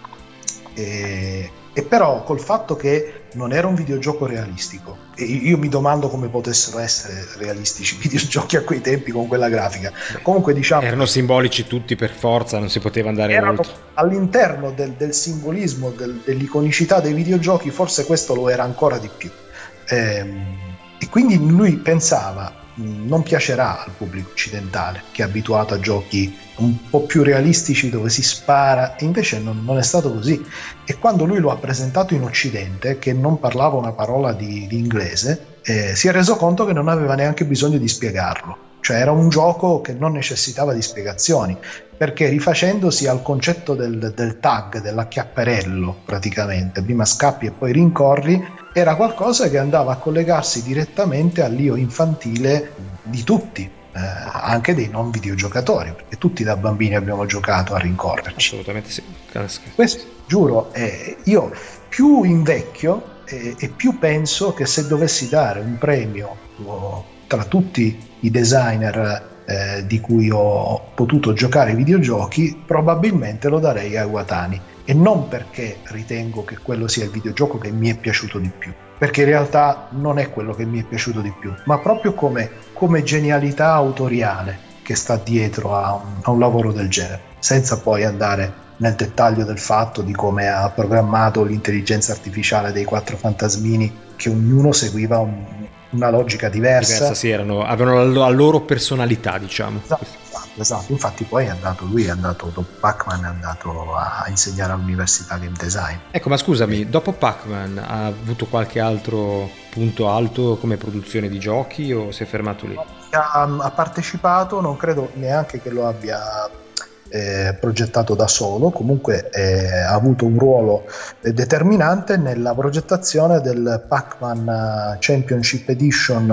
E, e però col fatto che non era un videogioco realistico, e io mi domando come potessero essere realistici i videogiochi a quei tempi con quella grafica. Comunque, diciamo, erano simbolici tutti per forza, non si poteva andare oltre. All'interno del, del simbolismo, del, dell'iconicità dei videogiochi, forse questo lo era ancora di più. Ehm, e quindi lui pensava: non piacerà al pubblico occidentale che è abituato a giochi un po' più realistici dove si spara, e invece non, non è stato così. E quando lui lo ha presentato in Occidente, che non parlava una parola di, di inglese, eh, si è reso conto che non aveva neanche bisogno di spiegarlo, cioè era un gioco che non necessitava di spiegazioni, perché rifacendosi al concetto del, del tag, dell'acchiapperello, praticamente prima scappi e poi rincorri, era qualcosa che andava a collegarsi direttamente all'io infantile di tutti, eh, anche dei non videogiocatori, perché tutti da bambini abbiamo giocato a rincorrerci. Assolutamente sì. Questo, giuro, eh, io più invecchio eh, e più penso che se dovessi dare un premio oh, tra tutti i designer eh, di cui ho potuto giocare ai videogiochi, probabilmente lo darei a Iwatani. E non perché ritengo che quello sia il videogioco che mi è piaciuto di più, perché in realtà non è quello che mi è piaciuto di più, ma proprio come, come genialità autoriale che sta dietro a un, a un lavoro del genere, senza poi andare nel dettaglio del fatto di come ha programmato l'intelligenza artificiale dei quattro fantasmini, che ognuno seguiva un, una logica diversa. Diversa, sì, erano, avevano la loro personalità, diciamo. Esatto. Esatto, infatti poi è andato lui, è andato dopo Pac-Man, è andato a insegnare all'università game design. Ecco, ma scusami, dopo Pac-Man ha avuto qualche altro punto alto come produzione di giochi o si è fermato lì? Ha, ha partecipato, non credo neanche che lo abbia eh, progettato da solo, comunque eh, ha avuto un ruolo eh, determinante nella progettazione del Pac-Man Championship Edition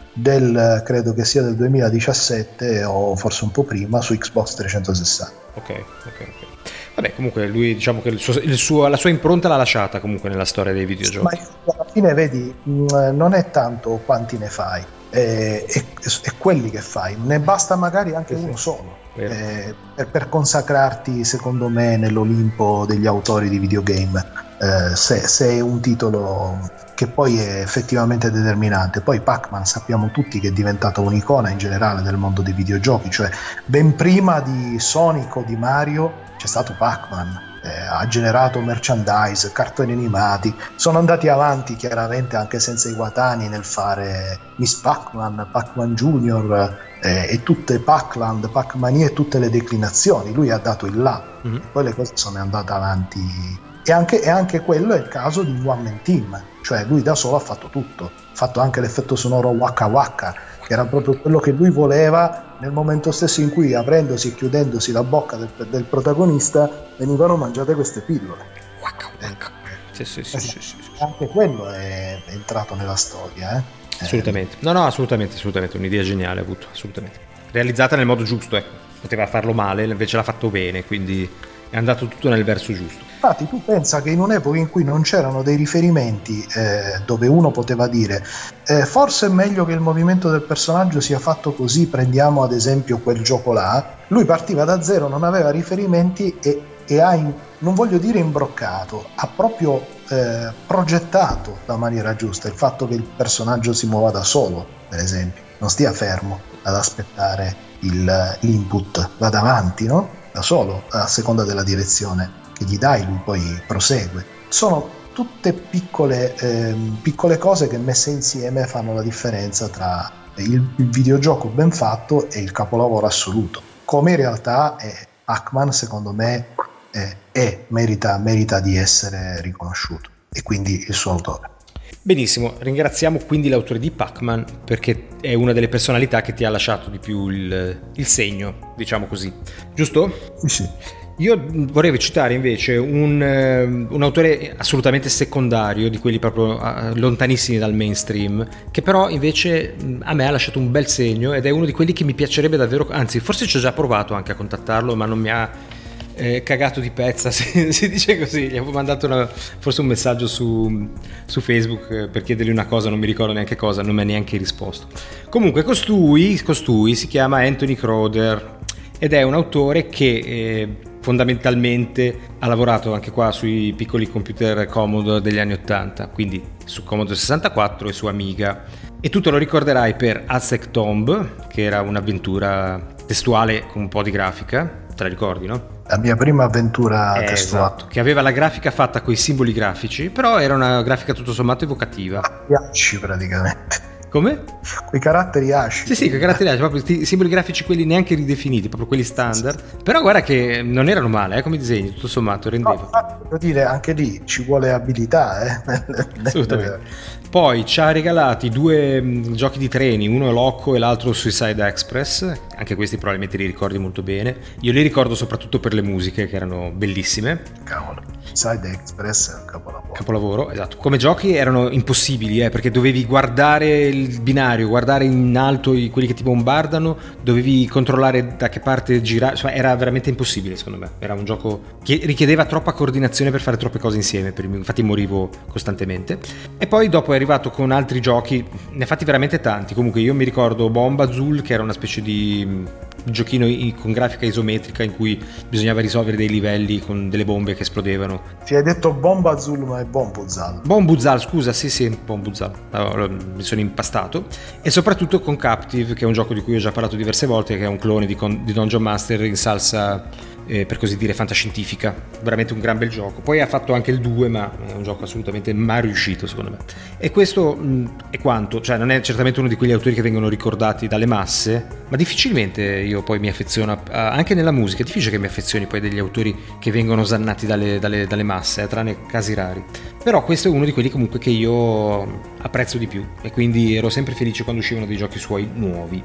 del, credo che sia del duemiladiciassette o forse un po' prima, su Xbox trecentosessanta. Ok, ok, ok. Vabbè, comunque lui, diciamo che il suo, il suo, la sua impronta l'ha lasciata comunque nella storia dei videogiochi. Ma alla fine, vedi, non è tanto quanti ne fai, è, è, è quelli che fai, ne basta magari anche sì, uno sì. solo eh, per, per consacrarti, secondo me, nell'Olimpo degli autori di videogame, eh, se, se è un titolo che poi è effettivamente determinante. Poi Pac-Man sappiamo tutti che è diventato un'icona in generale del mondo dei videogiochi, cioè ben prima di Sonic o di Mario c'è stato Pac-Man. Eh, ha generato merchandise, cartoni animati, sono andati avanti chiaramente anche senza Iwatani nel fare Miss Pac-Man, Pac-Man Junior eh, e tutte Pac-Land, Pac-Mania e tutte le declinazioni. Lui ha dato il là, mm-hmm. e poi le cose sono andate avanti, e anche, e anche quello è il caso di One Man Team, cioè lui da solo ha fatto tutto, ha fatto anche l'effetto sonoro Waka Waka, che era proprio quello che lui voleva nel momento stesso in cui, aprendosi e chiudendosi la bocca del, del protagonista, venivano mangiate queste pillole. Waka Waka. Sì, sì, sì, sì, sì, sì. Anche quello è entrato nella storia, eh? Assolutamente. No, no, assolutamente, assolutamente, un'idea geniale ha avuto, assolutamente. Realizzata nel modo giusto, ecco. Poteva farlo male, invece l'ha fatto bene, quindi è andato tutto nel verso giusto. Infatti tu pensa che in un'epoca in cui non c'erano dei riferimenti eh, dove uno poteva dire eh, forse è meglio che il movimento del personaggio sia fatto così, prendiamo ad esempio quel gioco là, lui partiva da zero, non aveva riferimenti e, e ha, in, non voglio dire imbroccato, ha proprio eh, progettato la maniera giusta, il fatto che il personaggio si muova da solo, per esempio, non stia fermo ad aspettare il, l'input, vada avanti, no? Da solo, a seconda della direzione che gli dai, lui poi prosegue. Sono tutte piccole, eh, piccole cose che messe insieme fanno la differenza tra il, il videogioco ben fatto e il capolavoro assoluto, come in realtà è Pac-Man, secondo me è, è merita, merita di essere riconosciuto, e quindi il suo autore. Benissimo, ringraziamo quindi l'autore di Pac-Man, perché è una delle personalità che ti ha lasciato di più il, il segno, diciamo così, giusto? Sì, sì. Io vorrei citare invece un, un autore assolutamente secondario, di quelli proprio lontanissimi dal mainstream, che però invece a me ha lasciato un bel segno, ed è uno di quelli che mi piacerebbe davvero, anzi forse ci ho già provato anche a contattarlo, ma non mi ha eh, cagato di pezza, si, si dice così. Gli avevo mandato una, forse un messaggio su, su Facebook per chiedergli una cosa, non mi ricordo neanche cosa, non mi ha neanche risposto. Comunque costui, costui si chiama Anthony Crowder ed è un autore che eh, fondamentalmente ha lavorato anche qua sui piccoli computer Commodore degli anni ottanta, quindi su Commodore sessantaquattro e su Amiga, e tu te lo ricorderai per Aztec Tomb, che era un'avventura testuale con un po' di grafica, te la ricordi, no? La mia prima avventura eh, testuale, esatto, che aveva la grafica fatta con i simboli grafici, però era una grafica tutto sommato evocativa, piacci praticamente. Come? Quei caratteri asci. Sì, sì, quei caratteri asci, proprio i simboli grafici, quelli neanche ridefiniti, proprio quelli standard. Sì. Però guarda che non erano male, eh, come disegni, tutto sommato rendeva. No, devo dire, anche lì ci vuole abilità, eh. Assolutamente. Poi ci ha regalati due mh, giochi di treni, uno è Loco e l'altro Suicide Express, anche questi probabilmente li ricordi molto bene. Io li ricordo soprattutto per le musiche, che erano bellissime. Cavolo, Suicide Express è un capolavoro. Capolavoro, esatto. Come giochi erano impossibili, eh, perché dovevi guardare il binario, guardare in alto i, quelli che ti bombardano, dovevi controllare da che parte girare, insomma era veramente impossibile secondo me. Era un gioco che richiedeva troppa coordinazione per fare troppe cose insieme, per, infatti morivo costantemente. E poi dopo è arrivato con altri giochi, ne ha fatti veramente tanti. Comunque io mi ricordo Bombazul, che era una specie di giochino con grafica isometrica in cui bisognava risolvere dei livelli con delle bombe che esplodevano. Ti hai detto Bombazul, ma è Bombuzal. Bombuzal, scusa, sì sì, Bombuzal, allora, mi sono impastato. E soprattutto con Captive, che è un gioco di cui ho già parlato diverse volte, che è un clone di, Con- di Dungeon Master in salsa eh, per così dire fantascientifica, veramente un gran bel gioco. Poi ha fatto anche il due, ma è un gioco assolutamente mai riuscito secondo me. E questo mh, è quanto, cioè non è certamente uno di quegli autori che vengono ricordati dalle masse, ma difficilmente io poi mi affeziono a, anche nella musica, è difficile che mi affezioni poi degli autori che vengono osannati dalle, dalle, dalle masse, eh, tranne casi rari. Però questo è uno di quelli comunque che io apprezzo di più, e quindi ero sempre felice quando uscivano dei giochi suoi nuovi.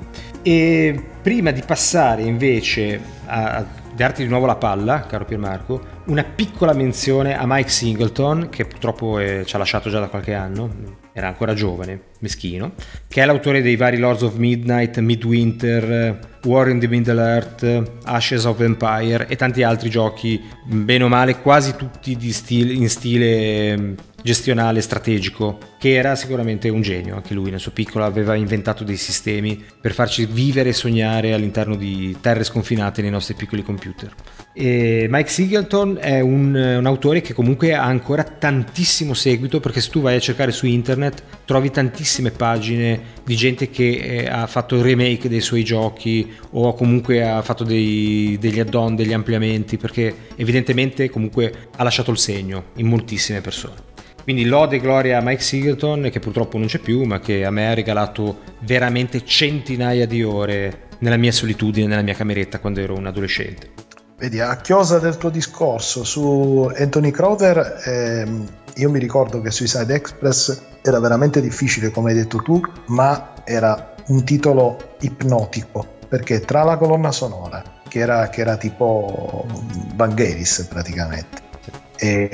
E prima di passare invece a darti di nuovo la palla, caro Piermarco, una piccola menzione a Mike Singleton, che purtroppo è, ci ha lasciato già da qualche anno, era ancora giovane, meschino, che è l'autore dei vari Lords of Midnight, Midwinter, War in the Middle Earth, Ashes of Empire e tanti altri giochi, bene o male quasi tutti di stile, in stile gestionale strategico, che era sicuramente un genio. Anche lui nel suo piccolo aveva inventato dei sistemi per farci vivere e sognare all'interno di terre sconfinate nei nostri piccoli computer. E Mike Singleton è un, un autore che comunque ha ancora tantissimo seguito, perché se tu vai a cercare su internet trovi tantissime pagine di gente che eh, ha fatto il remake dei suoi giochi o comunque ha fatto dei, degli add-on, degli ampliamenti, perché evidentemente comunque ha lasciato il segno in moltissime persone. Quindi lode e gloria a Mike Singleton, che purtroppo non c'è più, ma che a me ha regalato veramente centinaia di ore nella mia solitudine, nella mia cameretta quando ero un adolescente. Vedi, a chiosa del tuo discorso su Anthony Crowther, ehm, io mi ricordo che Suicide Express era veramente difficile, come hai detto tu, ma era un titolo ipnotico, perché tra la colonna sonora, che era, che era tipo Vangelis praticamente, e,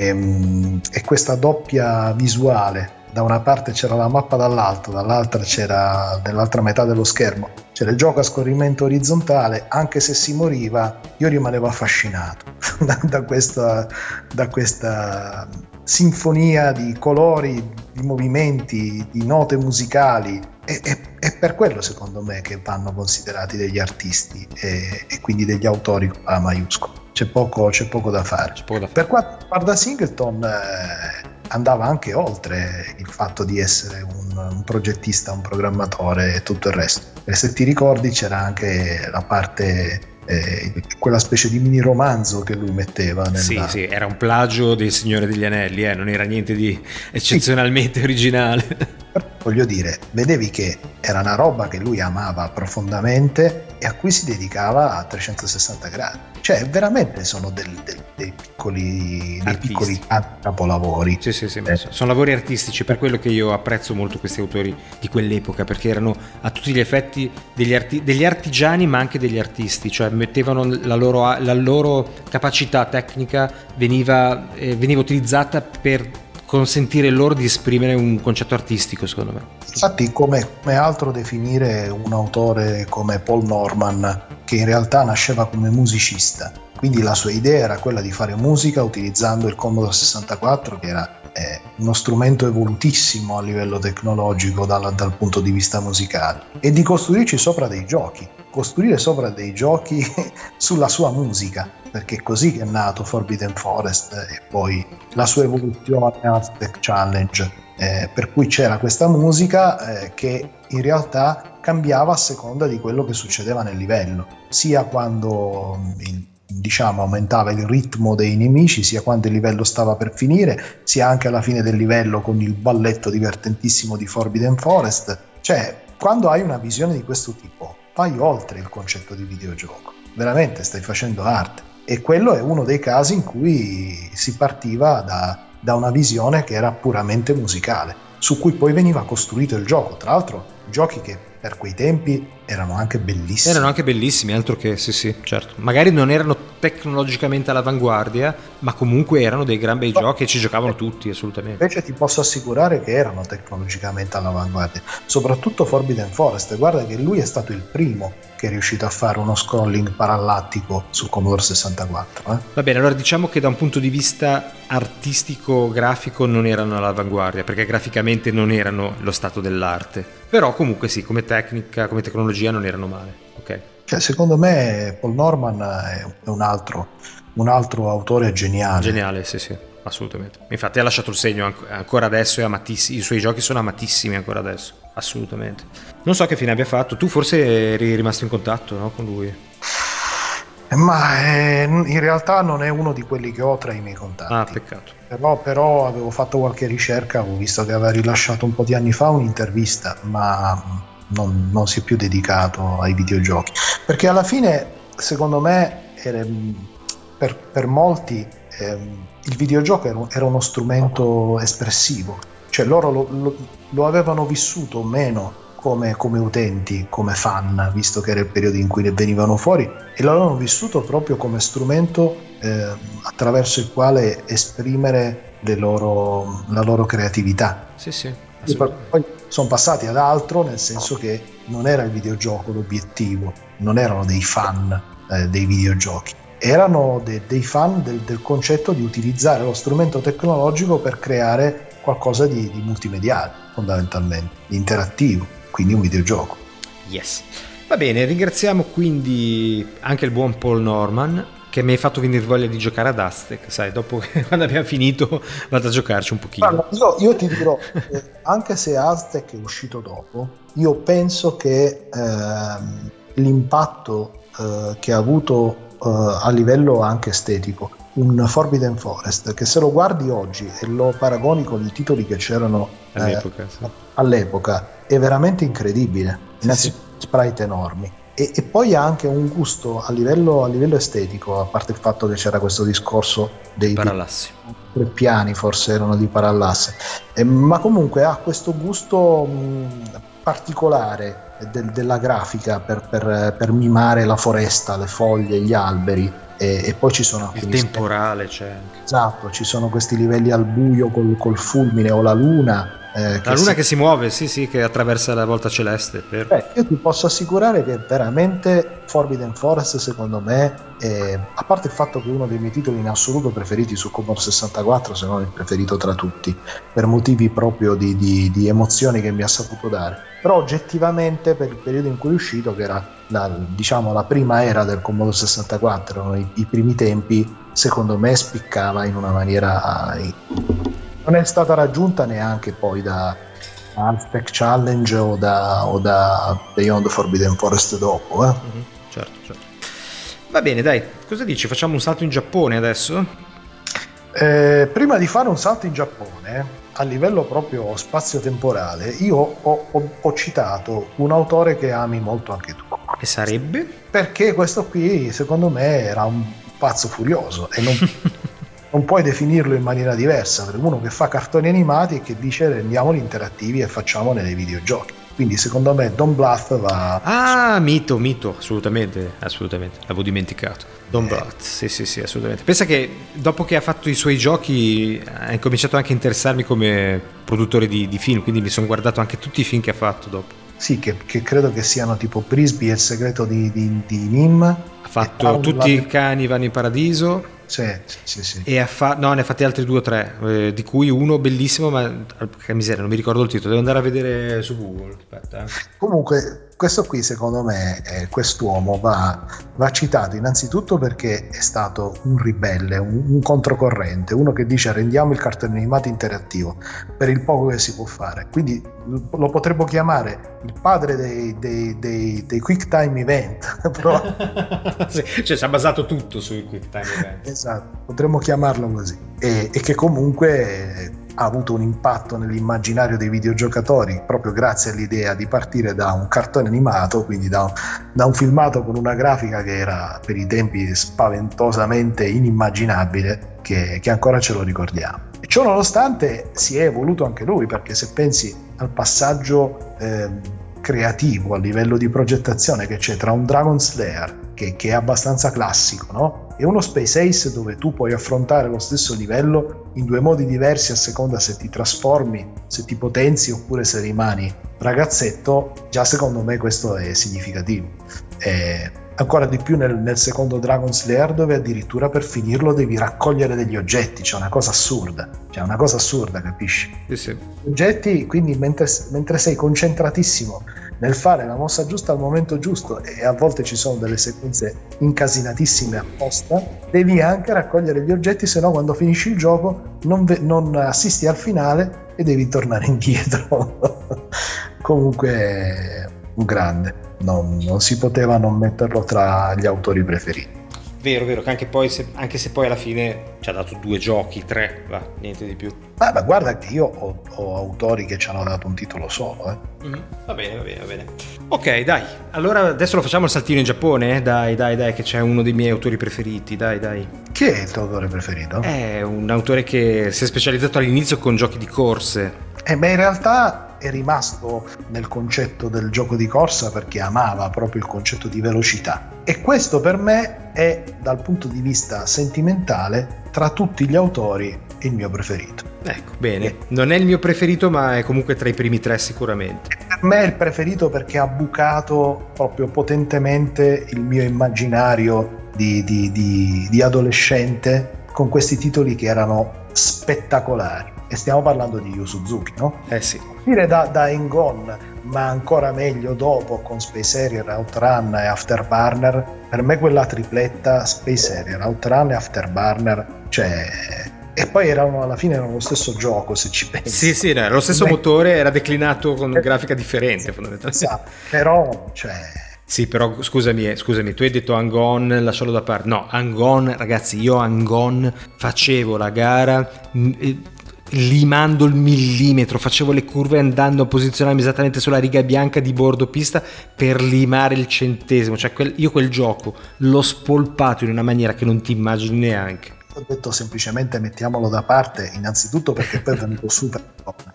e questa doppia visuale, da una parte c'era la mappa dall'alto, dall'altra c'era, nell'altra metà dello schermo c'era il gioco a scorrimento orizzontale, anche se si moriva io rimanevo affascinato da, da, questa, da questa sinfonia di colori, di movimenti, di note musicali, e, e, e per quello secondo me che vanno considerati degli artisti e, e quindi degli autori con A maiuscolo. C'è poco, c'è poco da fare. C'è poco da fare. Per quanto riguarda Singleton, eh, andava anche oltre il fatto di essere un, un progettista, un programmatore e tutto il resto. E se ti ricordi c'era anche la parte, eh, quella specie di mini romanzo che lui metteva nella... Sì, sì, era un plagio del Signore degli Anelli, eh? Non era niente di eccezionalmente sì. originale. Però, voglio dire, vedevi che era una roba che lui amava profondamente e a cui si dedicava a trecentosessanta gradi. Cioè veramente sono del, del, dei piccoli, dei piccoli capolavori. Sì, sì, sì, eh. Sono lavori artistici, per quello che io apprezzo molto questi autori di quell'epoca, perché erano a tutti gli effetti degli, arti- degli artigiani, ma anche degli artisti, cioè mettevano la loro, la loro capacità tecnica veniva, eh, veniva utilizzata per consentire loro di esprimere un concetto artistico, secondo me. Infatti, come, come altro definire un autore come Paul Norman, che in realtà nasceva come musicista, quindi la sua idea era quella di fare musica utilizzando il Commodore sessantaquattro, che era eh, uno strumento evolutissimo a livello tecnologico dal, dal punto di vista musicale, e di costruirci sopra dei giochi, costruire sopra dei giochi sulla sua musica, perché è così che è nato Forbidden Forest e poi la sua evoluzione Aztec Challenge, eh, per cui c'era questa musica eh, che in realtà cambiava a seconda di quello che succedeva nel livello, sia quando il, diciamo aumentava il ritmo dei nemici, sia quando il livello stava per finire, sia anche alla fine del livello con il balletto divertentissimo di Forbidden Forest. Cioè, quando hai una visione di questo tipo, vai oltre il concetto di videogioco, veramente stai facendo arte. E quello è uno dei casi in cui si partiva da, da una visione che era puramente musicale, su cui poi veniva costruito il gioco. Tra l'altro giochi che per quei tempi erano anche bellissimi. Erano anche bellissimi, altro che, sì sì, certo. Magari non erano tecnologicamente all'avanguardia, ma comunque erano dei gran bei no. giochi e ci giocavano tutti, assolutamente. Invece ti posso assicurare che erano tecnologicamente all'avanguardia, soprattutto Forbidden Forest. Guarda che lui è stato il primo che è riuscito a fare uno scrolling parallattico sul Commodore sessantaquattro. Eh? Va bene, allora diciamo che da un punto di vista artistico, grafico, non erano all'avanguardia, perché graficamente non erano lo stato dell'arte. Però comunque sì, come tecnica, come tecnologia non erano male. Ok. Cioè, secondo me Paul Norman è un altro, un altro autore geniale. Geniale, sì sì, assolutamente. Infatti ha lasciato il segno ancora adesso, è amatissimo, i suoi giochi sono amatissimi ancora adesso, assolutamente. Non so che fine abbia fatto, tu forse eri rimasto in contatto, no, con lui? Ma eh, in realtà non è uno di quelli che ho tra i miei contatti. Ah, peccato. Però, però avevo fatto qualche ricerca, ho visto che aveva rilasciato un po' di anni fa un'intervista, ma non, non si è più dedicato ai videogiochi. Perché alla fine, secondo me, era, per, per molti eh, il videogioco era, era uno strumento espressivo. Cioè loro lo, lo, lo avevano vissuto meno Come, come utenti, come fan, visto che era il periodo in cui ne venivano fuori, e l'avevano vissuto proprio come strumento eh, attraverso il quale esprimere le loro, la loro creatività. Sì, sì. Poi sono passati ad altro, nel senso che non era il videogioco l'obiettivo, non erano dei fan eh, dei videogiochi, erano de- dei fan del, del concetto di utilizzare lo strumento tecnologico per creare qualcosa di, di multimediale, fondamentalmente, di interattivo, quindi un videogioco. Yes. Va bene, ringraziamo quindi anche il buon Paul Norman, che mi hai fatto venire voglia di giocare ad Aztec, sai, dopo che quando abbiamo finito vado a giocarci un pochino. Allora, io, io ti dirò, eh, anche se Aztec è uscito dopo, io penso che ehm, l'impatto eh, che ha avuto eh, a livello anche estetico un Forbidden Forest, che se lo guardi oggi e lo paragoni con i titoli che c'erano eh, all'epoca, sì. all'epoca, è veramente incredibile. Sì, Innanzitutto sì. Sprite enormi. E, e poi ha anche un gusto a livello, a livello estetico, a parte il fatto che c'era questo discorso dei parallassi, tre piani forse erano di parallasse, eh, ma comunque ha questo gusto mh, particolare del, della grafica per, per, per mimare la foresta, le foglie, gli alberi, e, e poi ci sono il temporale, c'è anche. Esatto, ci sono questi livelli al buio col, col fulmine o la luna. Eh, la luna si... che si muove, sì, sì, che attraversa la volta celeste. Per... Beh, io ti posso assicurare che veramente Forbidden Forest, secondo me, è, a parte il fatto che è uno dei miei titoli in assoluto preferiti su Commodore sessantaquattro, se non il preferito tra tutti, per motivi proprio di, di, di emozioni che mi ha saputo dare, però oggettivamente per il periodo in cui è uscito, che era la, diciamo la prima era del Commodore sessantaquattro, i, i primi tempi, secondo me spiccava in una maniera... non è stata raggiunta neanche poi da Aztec Challenge o da, o da Beyond Forbidden Forest dopo. Eh? Mm-hmm. Certo, certo. Va bene, dai, cosa dici? Facciamo un salto in Giappone adesso? Eh, prima di fare un salto in Giappone, a livello proprio spazio-temporale, io ho, ho, ho citato un autore che ami molto anche tu. E sarebbe? Perché questo qui, secondo me, era un pazzo furioso e non... non puoi definirlo in maniera diversa, per uno che fa cartoni animati e che dice rendiamoli interattivi e facciamone dei videogiochi. Quindi secondo me Don Bluth va... Ah, mito, mito, assolutamente, assolutamente, l'avevo dimenticato. Don eh. Bluth, sì, sì, sì, assolutamente. Pensa che dopo che ha fatto i suoi giochi ha incominciato anche a interessarmi come produttore di, di film, quindi mi sono guardato anche tutti i film che ha fatto dopo. Sì, che, che credo che siano tipo Brisby e il segreto di, di, di Nim. Ha fatto Tutti i cani vanno in paradiso. Sì, sì, sì. E ha fa- no, ne ha fatti altri due o tre, eh, di cui uno bellissimo, ma che miseria, non mi ricordo il titolo, devo andare a vedere su Google. Aspetta. Comunque, questo qui secondo me, eh, quest'uomo va, va citato innanzitutto perché è stato un ribelle, un, un controcorrente, uno che dice rendiamo il cartone animato interattivo per il poco che si può fare. Quindi lo potremmo chiamare il padre dei, dei, dei, dei quick time event. Però... sì, cioè si è basato tutto sui quick time event. Esatto, potremmo chiamarlo così. E, e che comunque ha avuto un impatto nell'immaginario dei videogiocatori proprio grazie all'idea di partire da un cartone animato, quindi da un, da un filmato con una grafica che era per i tempi spaventosamente inimmaginabile, che, che ancora ce lo ricordiamo. E ciò nonostante si è evoluto anche lui, perché se pensi al passaggio eh, creativo a livello di progettazione che c'è tra un Dragon Slayer che, che è abbastanza classico, no? E uno Space Ace dove tu puoi affrontare lo stesso livello in due modi diversi a seconda se ti trasformi, se ti potenzi oppure se rimani ragazzetto, già secondo me questo è significativo. E ancora di più nel, nel secondo Dragon Slayer, dove addirittura per finirlo devi raccogliere degli oggetti, cioè una cosa assurda, cioè una cosa assurda, capisci? Sì, sì. Oggetti, quindi mentre, mentre sei concentratissimo nel fare la mossa giusta al momento giusto, e a volte ci sono delle sequenze incasinatissime apposta, devi anche raccogliere gli oggetti, se no quando finisci il gioco non, ve- non assisti al finale e devi tornare indietro. Comunque un grande, non, non si poteva non metterlo tra gli autori preferiti. Vero, vero, che anche, poi se, anche se poi alla fine ci ha dato due giochi, tre, va, niente di più. Ah, ma guarda che io ho, ho autori che ci hanno dato un titolo solo, eh. Mm-hmm. Va bene, va bene, va bene. Ok, dai, allora adesso lo facciamo il saltino in Giappone, eh? Dai, dai, dai, che c'è uno dei miei autori preferiti, dai, dai. Chi è il tuo autore preferito? È un autore che si è specializzato all'inizio con giochi di corse. Eh, ma in realtà è rimasto nel concetto del gioco di corsa perché amava proprio il concetto di velocità, e questo per me è, dal punto di vista sentimentale, tra tutti gli autori il mio preferito. Ecco, bene. Non è il mio preferito, ma è comunque tra i primi tre sicuramente. Per me è il preferito perché ha bucato proprio potentemente il mio immaginario di, di, di, di adolescente con questi titoli che erano spettacolari. E stiamo parlando di Yu Suzuki, no? Eh sì. Dire da, da Hang-On, ma ancora meglio dopo con Space Harrier, Outrun e Afterburner, per me quella tripletta Space Harrier, Outrun e Afterburner, cioè... E poi erano alla fine erano lo stesso gioco, se ci pensi. Sì, sì, era lo stesso motore, era declinato con grafica differente fondamentalmente. Esatto, però, cioè... Sì, però scusami, eh, scusami, tu hai detto Hang-On, lascialo da parte. No, Hang-On, ragazzi, io Hang-On facevo la gara mh, limando il millimetro, facevo le curve andando a posizionarmi esattamente sulla riga bianca di bordo pista per limare il centesimo. Cioè quel, io quel gioco l'ho spolpato in una maniera che non ti immagini neanche. Ho detto semplicemente mettiamolo da parte, innanzitutto perché poi è venuto super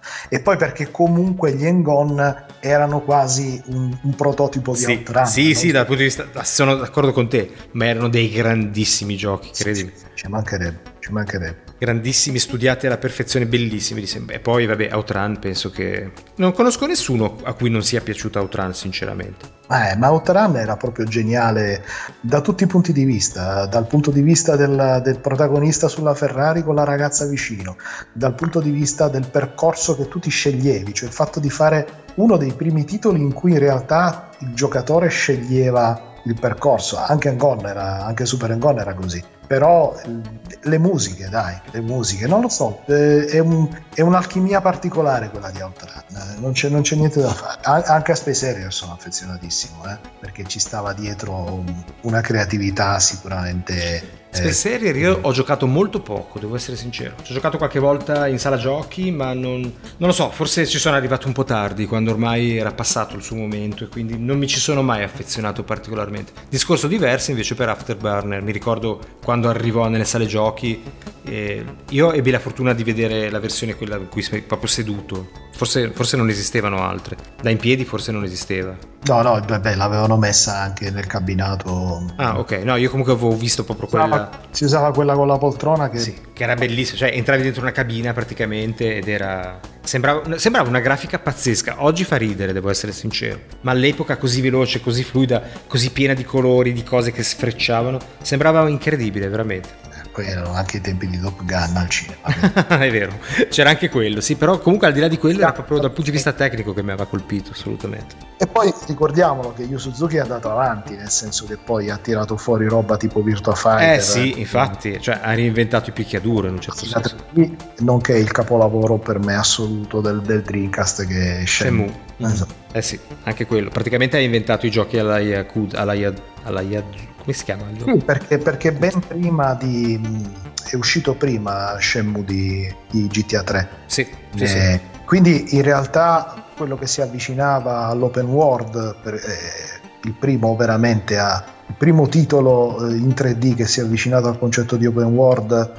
e poi perché comunque gli Hang-On erano quasi un, un prototipo di sì, Outrun. Sì, sì, dal punto di vista, sono d'accordo con te, ma erano dei grandissimi giochi, credimi. Sì, ci mancherebbe, ci mancherebbe. Grandissimi, studiati alla perfezione, bellissimi. E poi vabbè, Outrun penso che... Non conosco nessuno a cui non sia piaciuto Outrun, sinceramente. Eh, ma Outrun era proprio geniale da tutti i punti di vista, dal punto di vista del, del protagonista sulla Ferrari con la ragazza vicino, dal punto di vista del percorso che tu ti sceglievi, cioè il fatto di fare uno dei primi titoli in cui in realtà il giocatore sceglieva il percorso. Anche Hang-On era, anche Super Hang-On era così. Però le musiche, dai, le musiche, non lo so, è, un, è un'alchimia particolare quella di Outrun, non c'è, non c'è niente da fare. Anche a Space Harrier sono affezionatissimo, eh, perché ci stava dietro una creatività sicuramente... Space Harrier io ho giocato molto poco, devo essere sincero. Ci ho giocato qualche volta in sala giochi, ma non, non lo so, forse ci sono arrivato un po' tardi, quando ormai era passato il suo momento e quindi non mi ci sono mai affezionato particolarmente. Discorso diverso invece per Afterburner. Mi ricordo quando arrivò nelle sale giochi, eh, io ebbi la fortuna di vedere la versione quella in cui sei proprio seduto. Forse, forse non esistevano altre. Da in piedi forse non esisteva. No, no, vabbè, l'avevano messa anche nel cabinato. Ah, ok. No, io comunque avevo visto proprio quella... Si usava quella con la poltrona che... Sì, che era bellissima. Cioè, entravi dentro una cabina praticamente ed era... Sembrava, sembrava una grafica pazzesca. Oggi fa ridere, devo essere sincero. Ma all'epoca così veloce, così fluida, così piena di colori, di cose che sfrecciavano, sembrava incredibile, veramente. Poi erano anche i tempi di Top Gun al cinema. È vero, c'era anche quello, sì, però comunque al di là di quello era proprio dal punto di vista tecnico che mi aveva colpito, assolutamente. E poi ricordiamolo che Yu Suzuki è andato avanti, nel senso che poi ha tirato fuori roba tipo Virtua Fighter. Eh sì, eh, infatti, cioè ha reinventato i picchiaduro in un certo senso. Nonché il capolavoro per me assoluto del, del Dreamcast che è Shenmue. Shenmue. Esatto. Eh sì, anche quello. Praticamente ha inventato i giochi alla Yakuza, alla Yakuza, alla Yakuza. Come si chiama il gioco? Sì, perché, perché ben prima di... è uscito prima Shenmue di, di G T A tre. Sì, sì, eh, sì. Quindi in realtà quello che si avvicinava all'open world, per, eh, il primo veramente a... il primo titolo in tre D che si è avvicinato al concetto di open world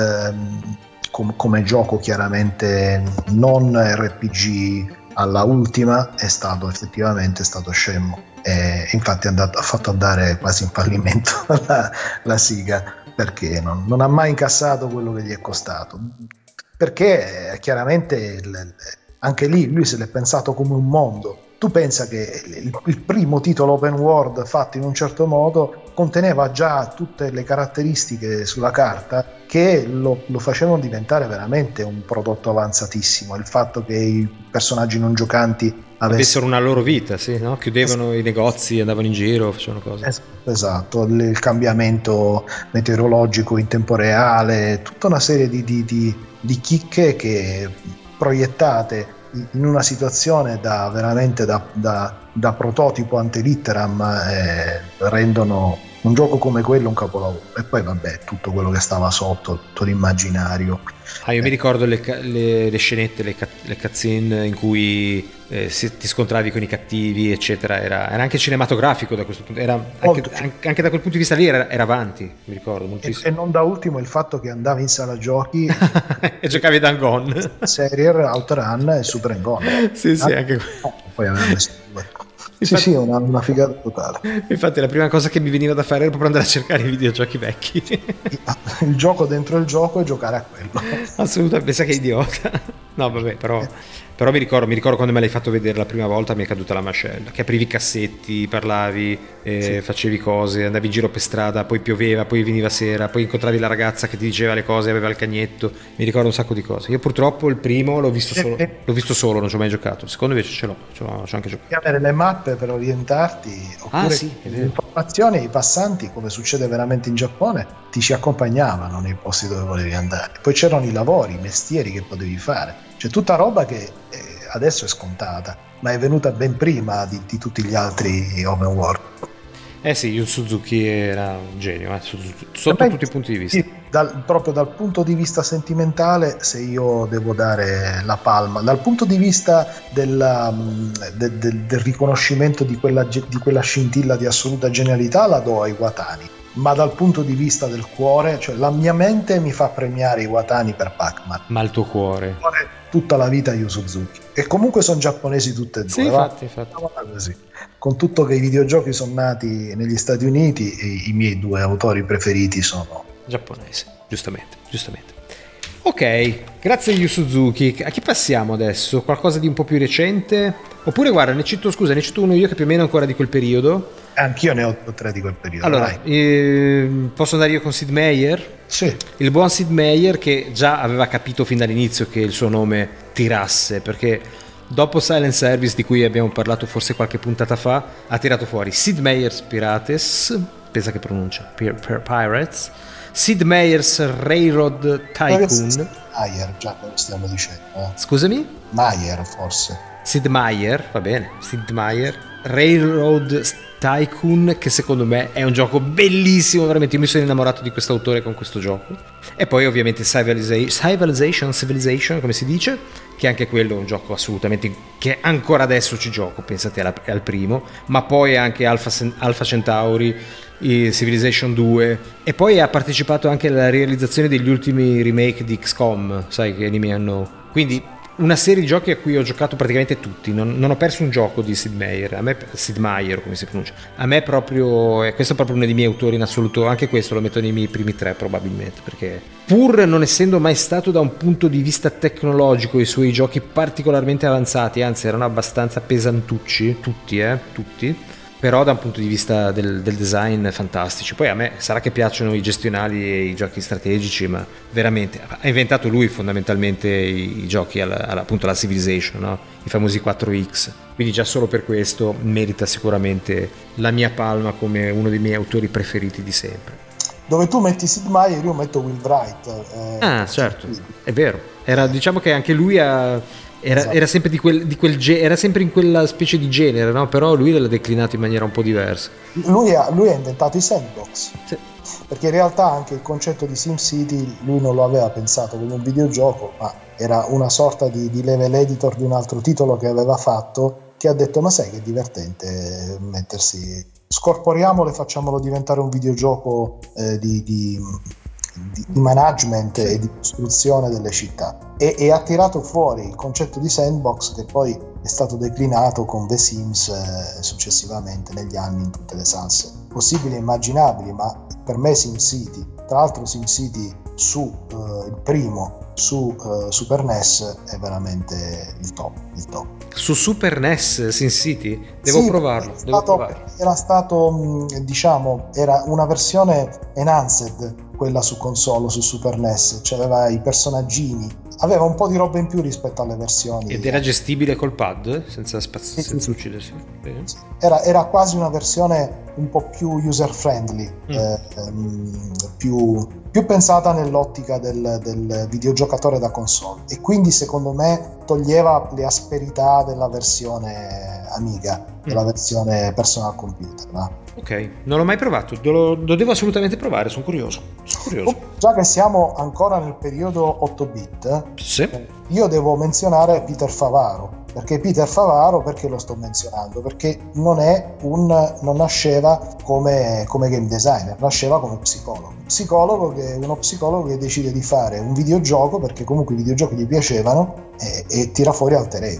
ehm, com- come gioco chiaramente non R P G alla ultima è stato effettivamente è stato Shenmue. E infatti è andato, ha fatto andare quasi in fallimento la, la Sega perché non, non ha mai incassato quello che gli è costato, perché chiaramente il, anche lì lui se l'è pensato come un mondo. Tu pensa che il, il primo titolo open world fatto in un certo modo conteneva già tutte le caratteristiche sulla carta che lo, lo facevano diventare veramente un prodotto avanzatissimo. Il fatto che i personaggi non giocanti avessero una loro vita, sì, no? Chiudevano es- i negozi, andavano in giro, facevano cose. Es- esatto, il, il cambiamento meteorologico in tempo reale, tutta una serie di, di, di, di chicche che proiettate in una situazione da veramente da, da, da prototipo ante litteram eh, rendono un gioco come quello un capolavoro. E poi vabbè, tutto quello che stava sotto, tutto l'immaginario. Ah, io eh. mi ricordo le, le, le scenette, le, le cutscene in cui eh, si, ti scontravi con i cattivi, eccetera. Era, era anche cinematografico da questo punto, era anche, anche, anche da quel punto di vista lì era, era avanti, mi ricordo moltissimo. E, e non da ultimo il fatto che andavi in sala giochi e giocavi ad Hang-On, Harrier, Outrun e Super Hang-On. Sì, sì, anche no, poi avevamo messo due. Sì, sì, una, una figata totale. Infatti la prima cosa che mi veniva da fare era proprio andare a cercare i videogiochi vecchi. Il gioco dentro il gioco e giocare a quello. Assolutamente, pensa che idiota. No, vabbè, però, però mi ricordo, mi ricordo quando me l'hai fatto vedere la prima volta, mi è caduta la mascella. Che aprivi i cassetti, parlavi, eh, sì. facevi cose, andavi in giro per strada, poi pioveva, poi veniva sera, poi incontravi la ragazza che ti diceva le cose, aveva il cagnetto. Mi ricordo un sacco di cose. Io purtroppo il primo l'ho visto solo, l'ho visto solo, non ci ho mai giocato. Il secondo invece ce l'ho, ce l'ho, ce l'ho anche giocato. Devi avere le mappe per orientarti, oppure ah, sì, le informazioni, i passanti, come succede veramente in Giappone, ti ci accompagnavano nei posti dove volevi andare. Poi c'erano i lavori, i mestieri che potevi fare. C'è tutta roba che eh, adesso è scontata, ma è venuta ben prima di, di tutti gli altri open world. Eh sì, Yu Suzuki era un genio, eh, sotto, sotto tutti i punti di vista. Sì, dal, proprio dal punto di vista sentimentale, se io devo dare la palma, dal punto di vista della, de, de, del riconoscimento di quella, di quella scintilla di assoluta genialità, la do ai Watani. Ma dal punto di vista del cuore, cioè la mia mente mi fa premiare i Watani per Pac-Man. Ma il tuo cuore? Tutta la vita Yu Suzuki. E comunque sono giapponesi tutte e due. Sì, infatti, infatti. Così. Con tutto che i videogiochi sono nati negli Stati Uniti, e i miei due autori preferiti sono giapponesi, giustamente, giustamente. Ok, grazie Yu Suzuki. A chi passiamo adesso? Qualcosa di un po' più recente? Oppure guarda, ne cito, scusa, ne cito uno io che più o meno è ancora di quel periodo. Anch'io ne ho tre di quel periodo. Allora, eh, posso andare io con Sid Meier? Sì. Il buon Sid Meier, che già aveva capito fin dall'inizio che il suo nome tirasse, perché dopo Silent Service, di cui abbiamo parlato forse qualche puntata fa, ha tirato fuori Sid Meier's Pirates, pensa che pronuncia, Pirates, Sid Meier's Railroad Tycoon. Meier, già lo stiamo dicendo. Eh. Scusami? Meier, forse. Sid Meier, va bene, Sid Meier, Railroad Tycoon, che secondo me è un gioco bellissimo, veramente io mi sono innamorato di questo autore con questo gioco. E poi ovviamente Civilization, Civilization come si dice, che anche quello è un gioco assolutamente che ancora adesso ci gioco, pensate alla, al primo, ma poi anche Alpha, Alpha Centauri, Civilization due, e poi ha partecipato anche alla realizzazione degli ultimi remake di X COM, sai che anime hanno, quindi una serie di giochi a cui ho giocato praticamente tutti, non, non ho perso un gioco di Sid Meier, a me, Sid Meier come si pronuncia, a me proprio, eh, questo è proprio uno dei miei autori in assoluto, anche questo lo metto nei miei primi tre probabilmente, perché pur non essendo mai stato da un punto di vista tecnologico i suoi giochi particolarmente avanzati, anzi erano abbastanza pesantucci, tutti eh, tutti, però da un punto di vista del, del design fantastici. Poi a me sarà che piacciono i gestionali e i giochi strategici, ma veramente ha inventato lui fondamentalmente i, i giochi alla, alla, appunto alla Civilization, no? I famosi quattro X, quindi già solo per questo merita sicuramente la mia palma come uno dei miei autori preferiti di sempre. Dove tu metti Sid Meier, io metto Will Wright. Eh, ah certo, è vero, era, diciamo che anche lui ha Era, esatto. era sempre di quel, di quel ge- era sempre in quella specie di genere, no? Però lui l'ha declinato in maniera un po' diversa. Lui ha, lui ha inventato i sandbox, sì. Perché in realtà anche il concetto di SimCity lui non lo aveva pensato come un videogioco, ma era una sorta di, di level editor di un altro titolo che aveva fatto, che ha detto ma sai che è divertente mettersi, scorporiamolo e facciamolo diventare un videogioco eh, di... di di management sì. e di costruzione delle città, e, e ha tirato fuori il concetto di sandbox, che poi è stato declinato con The Sims eh, successivamente negli anni in tutte le salse possibili e immaginabili. Ma per me SimCity, tra l'altro SimCity su eh, il primo su eh, Super N E S è veramente il top, il top. Su Super N E S SimCity? Devo sì, provarlo, era devo stato, provarlo. Era stato, diciamo, era una versione enhanced quella su console, su Super N E S, cioè aveva i personaggini, aveva un po' di roba in più rispetto alle versioni. Ed era gestibile col pad, senza, spaz- sì, senza sì. uccidersi? Sì. Era, era quasi una versione un po' più user friendly, mm. eh, ehm, più, più pensata nell'ottica del, del videogiocatore da console, e quindi secondo me toglieva le asperità della versione Amiga, mm. della versione personal computer, no? Ok, non l'ho mai provato, lo, lo devo assolutamente provare, sono curioso, sono curioso. Oh, già che siamo ancora nel periodo otto bit, sì. eh, io devo menzionare Peter Favaro. Perché Peter Favaro, perché lo sto menzionando? Perché non è un non nasceva come, come game designer, nasceva come psicologo. Psicologo che uno psicologo che decide di fare un videogioco perché comunque i videogiochi gli piacevano, e, e tira fuori Alter Ego.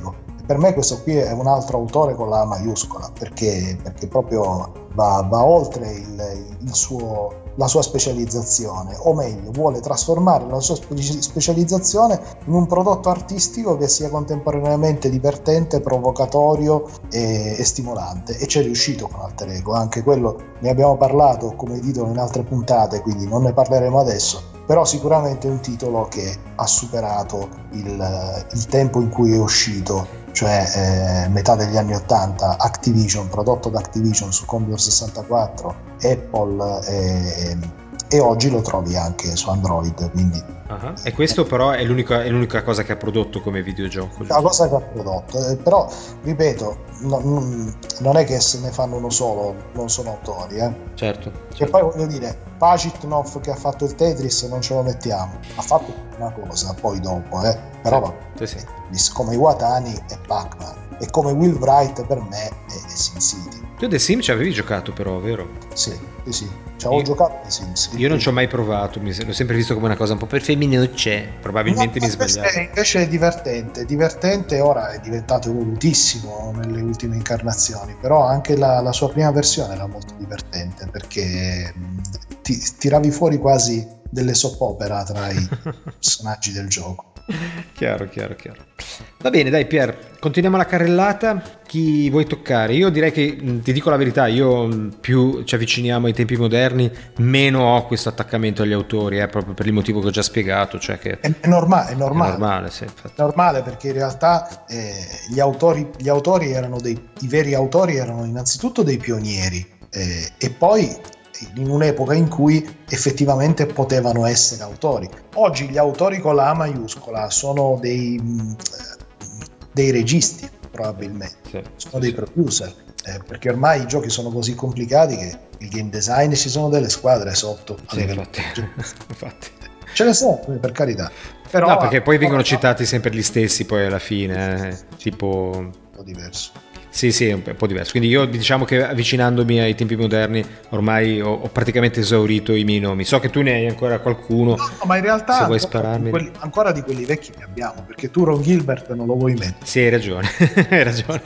per me questo qui è un altro autore con la A maiuscola, perché, perché proprio va, va oltre il, il suo, la sua specializzazione, o meglio vuole trasformare la sua spe- specializzazione in un prodotto artistico che sia contemporaneamente divertente, provocatorio e, e stimolante, e ci è riuscito con Alter Ego. Anche quello ne abbiamo parlato come titolo in altre puntate, quindi non ne parleremo adesso, però sicuramente è un titolo che ha superato il, il tempo in cui è uscito, cioè eh, metà degli anni ottanta, Activision, prodotto da Activision su Commodore sessantaquattro, Apple, e, e oggi lo trovi anche su Android, quindi uh-huh. E questo però è l'unica, è l'unica cosa che ha prodotto come videogioco, la cosa che ha prodotto, eh, però ripeto, no, non è che se ne fanno uno solo non sono autori, eh. certo, certo. E poi voglio dire, Pagitnov che ha fatto il Tetris non ce lo mettiamo, ha fatto una cosa poi dopo, eh. però sì, sì, sì. come Iwatani e Pac-Man, e come Will Wright per me è, è Sin City. Tu The Sims ci avevi giocato però, vero? Sì, sì, sì. Ci avevo giocato The Sims. Io non ci ho mai provato, mi, l'ho sempre visto come una cosa un po' per femminucce, probabilmente no, mi sbagliavo. Invece è divertente, divertente, ora è diventato evolutissimo nelle ultime incarnazioni, però anche la, la sua prima versione era molto divertente, perché ti, tiravi fuori quasi delle soap opera tra i personaggi del gioco. Chiaro, chiaro, chiaro. Va bene, dai Pier, continuiamo la carrellata. Chi vuoi toccare? Io direi che, ti dico la verità, io più ci avviciniamo ai tempi moderni, meno ho questo attaccamento agli autori, eh, proprio per il motivo che ho già spiegato, cioè che è, è normale, è normale, è normale, sì, infatti. È normale, perché in realtà eh, gli autori, gli autori erano dei, i veri autori erano innanzitutto dei pionieri, eh, e poi in un'epoca in cui effettivamente potevano essere autori. Oggi gli autori con la A maiuscola sono dei, dei registi, probabilmente, sì, sono dei producer, eh, perché ormai i giochi sono così complicati che il game design, ci sono delle squadre sotto. Sì, infatti. infatti. Ce ne sono, per carità. Però, no, perché poi vengono citati sempre gli stessi poi alla fine, eh, tipo... un po' diverso. Sì, sì, è un po' diverso. Quindi io diciamo che avvicinandomi ai tempi moderni ormai ho, ho praticamente esaurito i miei nomi. So che tu ne hai ancora qualcuno. No, no, ma in realtà se vuoi ancora, spararmi... di quelli, ancora di quelli vecchi ne abbiamo, perché tu Ron Gilbert non lo vuoi mettere. Sì, hai ragione, hai ragione.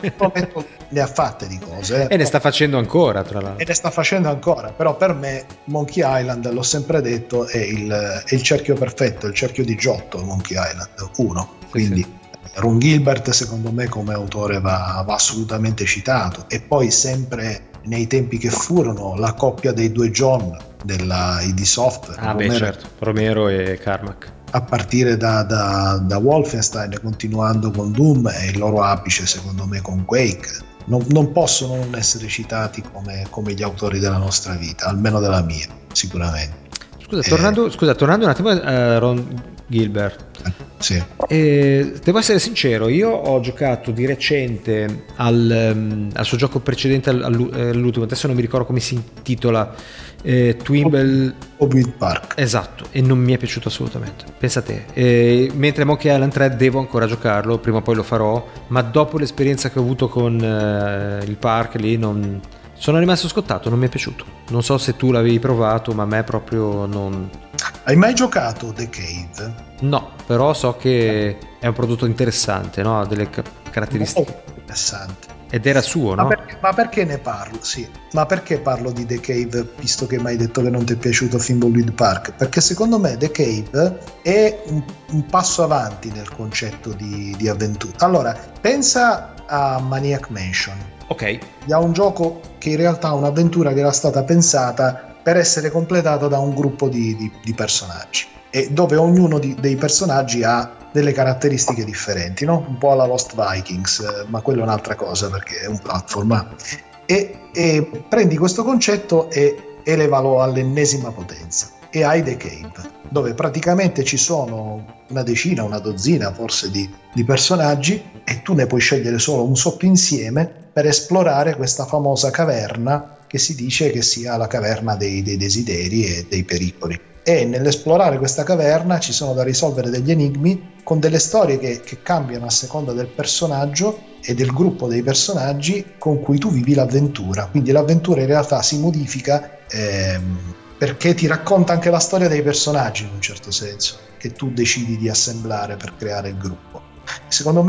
Ne ha fatte di cose. Eh. E ne sta facendo ancora, tra l'altro. E ne sta facendo ancora, però per me Monkey Island, l'ho sempre detto, è il, è il cerchio perfetto, il cerchio di Giotto, Monkey Island uno. Quindi... Sì, sì. Ron Gilbert secondo me come autore va, va assolutamente citato, e poi sempre nei tempi che furono la coppia dei due John della I D Software, ah Romero, beh certo, Romero e Carmack, a partire da, da, da Wolfenstein, continuando con Doom, e il loro apice secondo me con Quake. Non, non possono non essere citati come, come gli autori della nostra vita, almeno della mia, sicuramente. Scusa, eh, tornando, scusa, tornando un attimo a Ron Gilbert. Sì. Eh, devo essere sincero, io ho giocato di recente al, um, al suo gioco precedente all'ultimo, adesso non mi ricordo come si intitola, eh, Twimble Hobbit Park. Esatto, e non mi è piaciuto assolutamente, pensa te. Eh, mentre Monkey Island tre devo ancora giocarlo, prima o poi lo farò, ma dopo l'esperienza che ho avuto con eh, il park lì non... sono rimasto scottato, non mi è piaciuto. Non so se tu l'avevi provato, ma a me proprio non... Hai mai giocato The Cave? No, però so che è un prodotto interessante, no? Ha delle caratteristiche molto interessante. Ed era suo, ma no? Perché, ma perché ne parlo? Sì, ma perché parlo di The Cave, visto che mi hai detto che non ti è piaciuto Thimbleweed Park? Perché secondo me The Cave è un, un passo avanti nel concetto di, di avventura. Allora, pensa a Maniac Mansion. Ok. Ha un gioco che in realtà è un'avventura che era stata pensata per essere completata da un gruppo di, di, di personaggi, e dove ognuno di, dei personaggi ha delle caratteristiche differenti, no? Un po' alla Lost Vikings, eh, ma quello è un'altra cosa perché è un platform. E, e prendi questo concetto e elevalo all'ennesima potenza, e hai The Cave, dove praticamente ci sono una decina, una dozzina forse di, di personaggi, e tu ne puoi scegliere solo un sottoinsieme per esplorare questa famosa caverna che si dice che sia la caverna dei, dei desideri e dei pericoli. E nell'esplorare questa caverna ci sono da risolvere degli enigmi con delle storie che, che cambiano a seconda del personaggio e del gruppo dei personaggi con cui tu vivi l'avventura. Quindi l'avventura in realtà si modifica ehm, perché ti racconta anche la storia dei personaggi, in un certo senso, che tu decidi di assemblare per creare il gruppo. Secondo me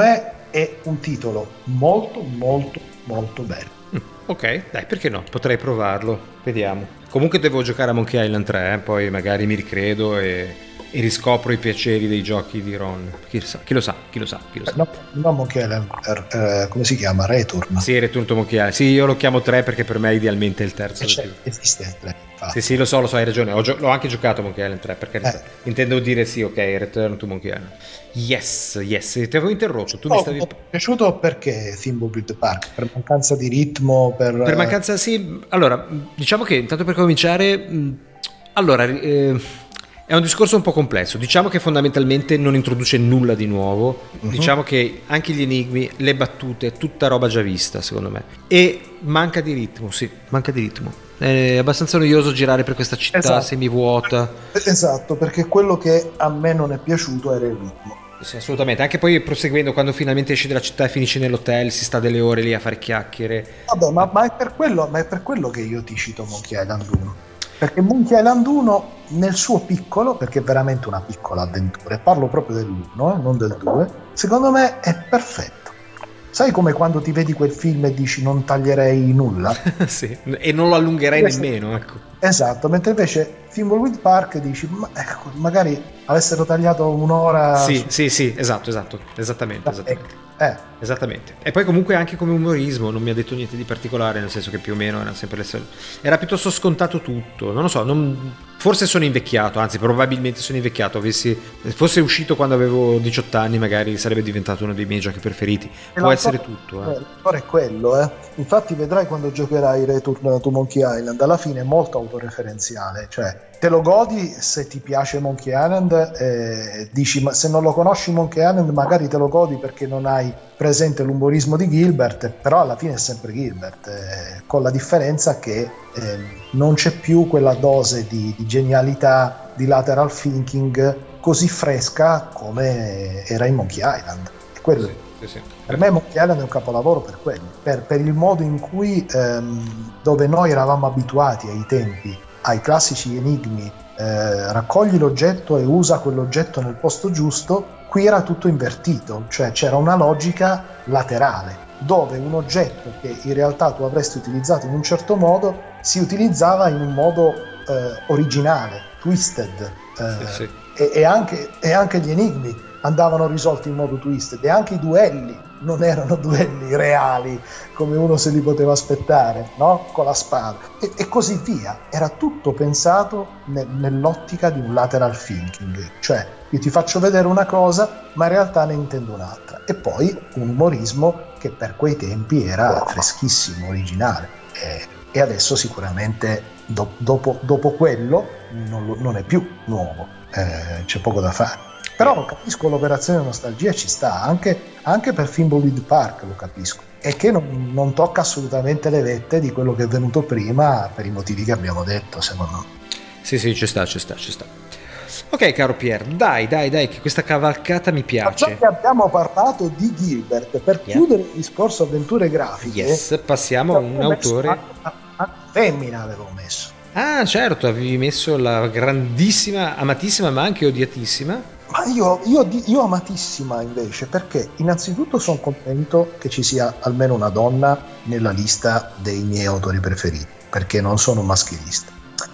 è un titolo molto molto molto bello. Mm, ok, dai, perché no? Potrei provarlo, vediamo. Comunque devo giocare a Monkey Island tre, eh? Poi magari mi ricredo e, e riscopro i piaceri dei giochi di Ron. Chi lo sa, chi lo sa, chi lo sa, chi lo sa. No, no Monkey Island, eh, come si chiama? Return. Sì, Return to Monkey Island. Sì, io lo chiamo tre perché per me idealmente è il terzo. C'è, esiste il tre. Sì, sì, lo so, lo so, hai ragione. Ho gio- l'ho anche giocato a Monkey Island tre, per carità. Eh. Intendo dire sì, ok, Return to Monkey Island. Yes, yes, ti avevo interrotto. Tu no, mi stavi... mi è piaciuto perché Thimbleweed Park? Per mancanza di ritmo? Per, per mancanza, sì. Allora, diciamo che intanto per cominciare... Allora... Eh... È un discorso un po' complesso, diciamo che fondamentalmente non introduce nulla di nuovo, uh-huh. Diciamo che anche gli enigmi, le battute, tutta roba già vista secondo me, e manca di ritmo, sì, manca di ritmo, è abbastanza noioso girare per questa città esatto. semivuota. Esatto, perché quello che a me non è piaciuto era il ritmo. Sì, assolutamente, anche poi proseguendo quando finalmente esci dalla città e finisci nell'hotel, si sta delle ore lì a fare chiacchiere. Vabbè, ma, ma, è per quello, ma è per quello che io ti cito Monkey Island uno. Perché Monkey Island uno nel suo piccolo, perché è veramente una piccola avventura, e parlo proprio dell'uno, eh, non del due, secondo me è perfetto. Sai come quando ti vedi quel film e dici non taglierei nulla? Sì, e non lo allungherei invece, nemmeno, ecco. Esatto, mentre invece Thimbleweed Park dici ma, ecco, magari avessero tagliato un'ora... Sì, su... sì, sì, esatto, esatto, esattamente, esattamente. Eh. Esattamente. E poi comunque anche come umorismo non mi ha detto niente di particolare, nel senso che più o meno era sempre le solite. Era piuttosto scontato tutto, non lo so, non... forse sono invecchiato, anzi probabilmente sono invecchiato, avessi fosse uscito quando avevo diciotto anni magari sarebbe diventato uno dei miei giochi preferiti. E può essere tutto, eh. L'autore è quello, eh. Infatti vedrai quando giocherai Return to Monkey Island, alla fine è molto autoreferenziale, cioè te lo godi se ti piace Monkey Island, eh, dici ma se non lo conosci Monkey Island magari te lo godi perché non hai presente l'umorismo di Gilbert, però alla fine è sempre Gilbert, eh, con la differenza che eh, non c'è più quella dose di, di genialità, di lateral thinking così fresca come era in Monkey Island. E quello, sì, sì, sì. Per me Monkey Island è un capolavoro per quello, per, per il modo in cui ehm, dove noi eravamo abituati ai tempi ai classici enigmi, eh, raccogli l'oggetto e usa quell'oggetto nel posto giusto, qui era tutto invertito, cioè c'era una logica laterale, dove un oggetto che in realtà tu avresti utilizzato in un certo modo si utilizzava in un modo eh, originale, twisted, eh, sì, sì. E, e, anche, e anche gli enigmi andavano risolti in modo twisted, e anche i duelli non erano duelli reali come uno se li poteva aspettare, no? Con la spada e, e così via. Era tutto pensato ne, nell'ottica di un lateral thinking, cioè io ti faccio vedere una cosa ma in realtà ne intendo un'altra, e poi un umorismo che per quei tempi era freschissimo, originale, e, e adesso sicuramente do, dopo, dopo quello non, non è più nuovo, eh, c'è poco da fare. Però capisco l'operazione nostalgia, ci sta, anche, anche per Thimbleweed Park lo capisco, e che non, non tocca assolutamente le vette di quello che è venuto prima per i motivi che abbiamo detto, secondo me. Sì, sì, ci sta, ci sta, ci sta. Ok, caro Pier, dai, dai, dai, che questa cavalcata mi piace. Già che abbiamo parlato di Gilbert, per yeah. chiudere il discorso avventure grafiche, yes, passiamo a un autore... A, a, a femmina avevo messo. Ah, certo, avevi messo la grandissima, amatissima, ma anche odiatissima... Ma io, io, io amatissima invece, perché innanzitutto sono contento che ci sia almeno una donna nella lista dei miei autori preferiti, perché non sono un maschilista,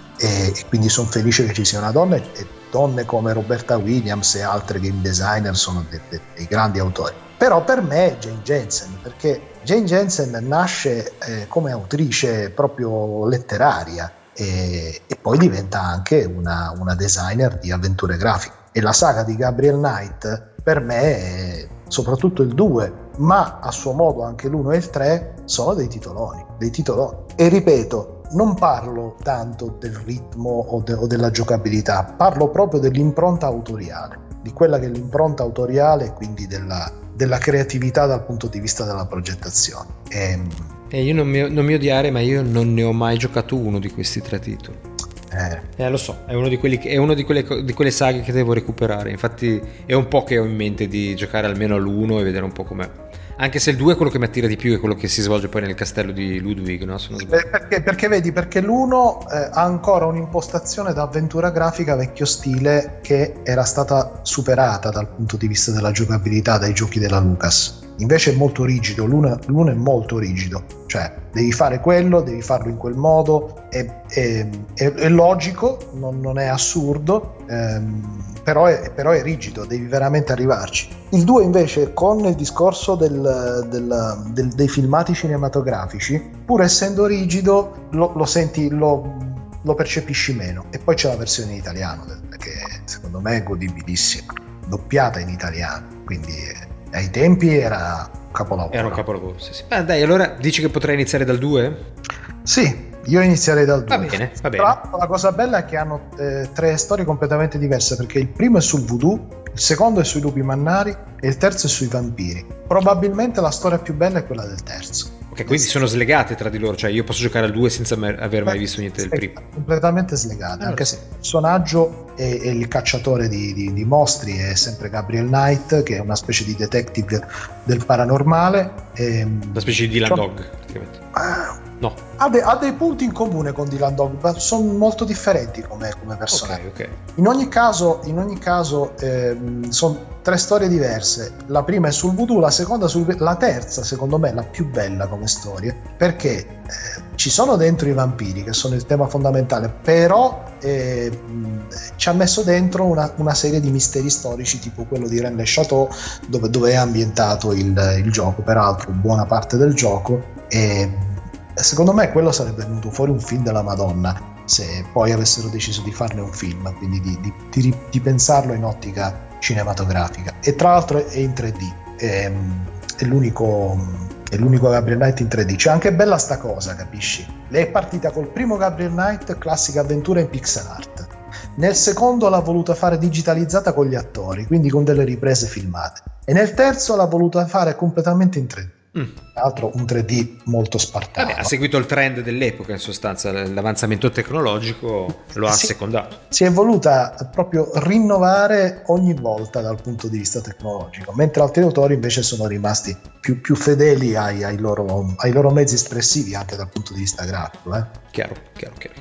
e, e quindi sono felice che ci sia una donna, e donne come Roberta Williams e altre game designer sono de, de, dei grandi autori. Però per me è Jane Jensen, perché Jane Jensen nasce eh, come autrice proprio letteraria e, e poi diventa anche una, una designer di avventure grafiche. E la saga di Gabriel Knight per me è, soprattutto il due, ma a suo modo anche l'uno e il tre, sono dei titoloni, dei titoloni. E ripeto, non parlo tanto del ritmo o, de, o della giocabilità, parlo proprio dell'impronta autoriale, di quella che è l'impronta autoriale e quindi della, della creatività dal punto di vista della progettazione. E, e io non mi, non mi odiare, ma io non ne ho mai giocato uno di questi tre titoli. Eh. eh lo so, è uno di quelli che, è uno di quelle, di quelle saghe che devo recuperare. Infatti è un po' che ho in mente di giocare almeno all'uno e vedere un po' com'è. Anche se il due è quello che mi attira di più, è quello che si svolge poi nel castello di Ludwig, no? Se non sbaglio. Perché, perché vedi, perché l'uno eh, ha ancora un'impostazione da avventura grafica vecchio stile che era stata superata dal punto di vista della giocabilità dai giochi della Lucas. invece è molto rigido, l'uno, l'uno è molto rigido, cioè devi fare quello, devi farlo in quel modo, è, è, è, è logico, non, non è assurdo, ehm, però, è, però è rigido, devi veramente arrivarci. Il due invece, con il discorso del, del, del, dei filmati cinematografici, pur essendo rigido lo, lo senti, lo lo percepisci meno. E poi c'è la versione in italiano che secondo me è godibilissima, doppiata in italiano, quindi eh, ai tempi era un capolavoro. Era un capolavoro, sì, sì. Ah, dai, allora dici che potrei iniziare dal due? Sì, io inizierei dal due. Va bene, va bene. Però la cosa bella è che hanno eh, tre storie completamente diverse, perché il primo è sul voodoo, il secondo è sui lupi mannari e il terzo è sui vampiri. Probabilmente la storia più bella è quella del terzo. Ok, quindi sono slegate tra di loro, cioè io posso giocare al due senza aver mai visto niente del primo. Completamente slegate, allora, anche se il personaggio è, è il cacciatore di, di, di mostri, è sempre Gabriel Knight, che è una specie di detective del paranormale. E, una specie di Dylan cioè, Dog, praticamente. Ah, no. Ha, de, ha dei punti in comune con Dylan Dog, ma sono molto differenti come, come personaggi. Okay, okay. In ogni caso, in ogni caso ehm, sono tre storie diverse. La prima è sul voodoo, la seconda sul la terza, secondo me, è la più bella come storia, perché eh, ci sono dentro i vampiri, che sono il tema fondamentale, però eh, ci ha messo dentro una, una serie di misteri storici, tipo quello di Rennes le Château, dove, dove è ambientato il, il gioco, peraltro buona parte del gioco, e secondo me quello sarebbe venuto fuori un film della Madonna se poi avessero deciso di farne un film, quindi di, di, di, di pensarlo in ottica cinematografica. E tra l'altro è in tre D, è, è l'unico è l'unico Gabriel Knight in tre D. C'è anche bella sta cosa, capisci? Lei è partita col primo Gabriel Knight, classica avventura in pixel art. Nel secondo l'ha voluta fare digitalizzata con gli attori, quindi con delle riprese filmate. E nel terzo l'ha voluta fare completamente in tre D. Mm. Tra l'altro un tre D molto spartano. Vabbè, ha seguito il trend dell'epoca, in sostanza l'avanzamento tecnologico lo ha si, assecondato. Si è voluta proprio rinnovare ogni volta dal punto di vista tecnologico, mentre altri autori invece sono rimasti più, più fedeli ai, ai, loro, ai loro mezzi espressivi anche dal punto di vista grafico. Eh? Chiaro, chiaro, chiaro.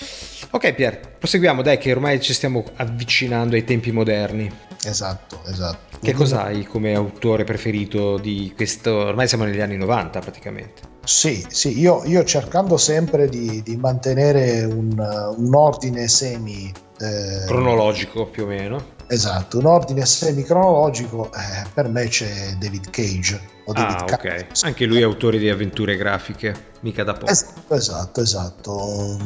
Ok Pier, proseguiamo, dai, che ormai ci stiamo avvicinando ai tempi moderni. Esatto, esatto. Che cosa hai come autore preferito di questo? Ormai siamo negli anni novanta praticamente. Sì, sì, io, io cercando sempre di, di mantenere un, un ordine semi eh, cronologico più o meno. Esatto, un ordine semi cronologico, eh, per me c'è David Cage o David ah, Cage. Ok, anche lui è autore di avventure grafiche, mica da poco. Esatto, esatto, esatto.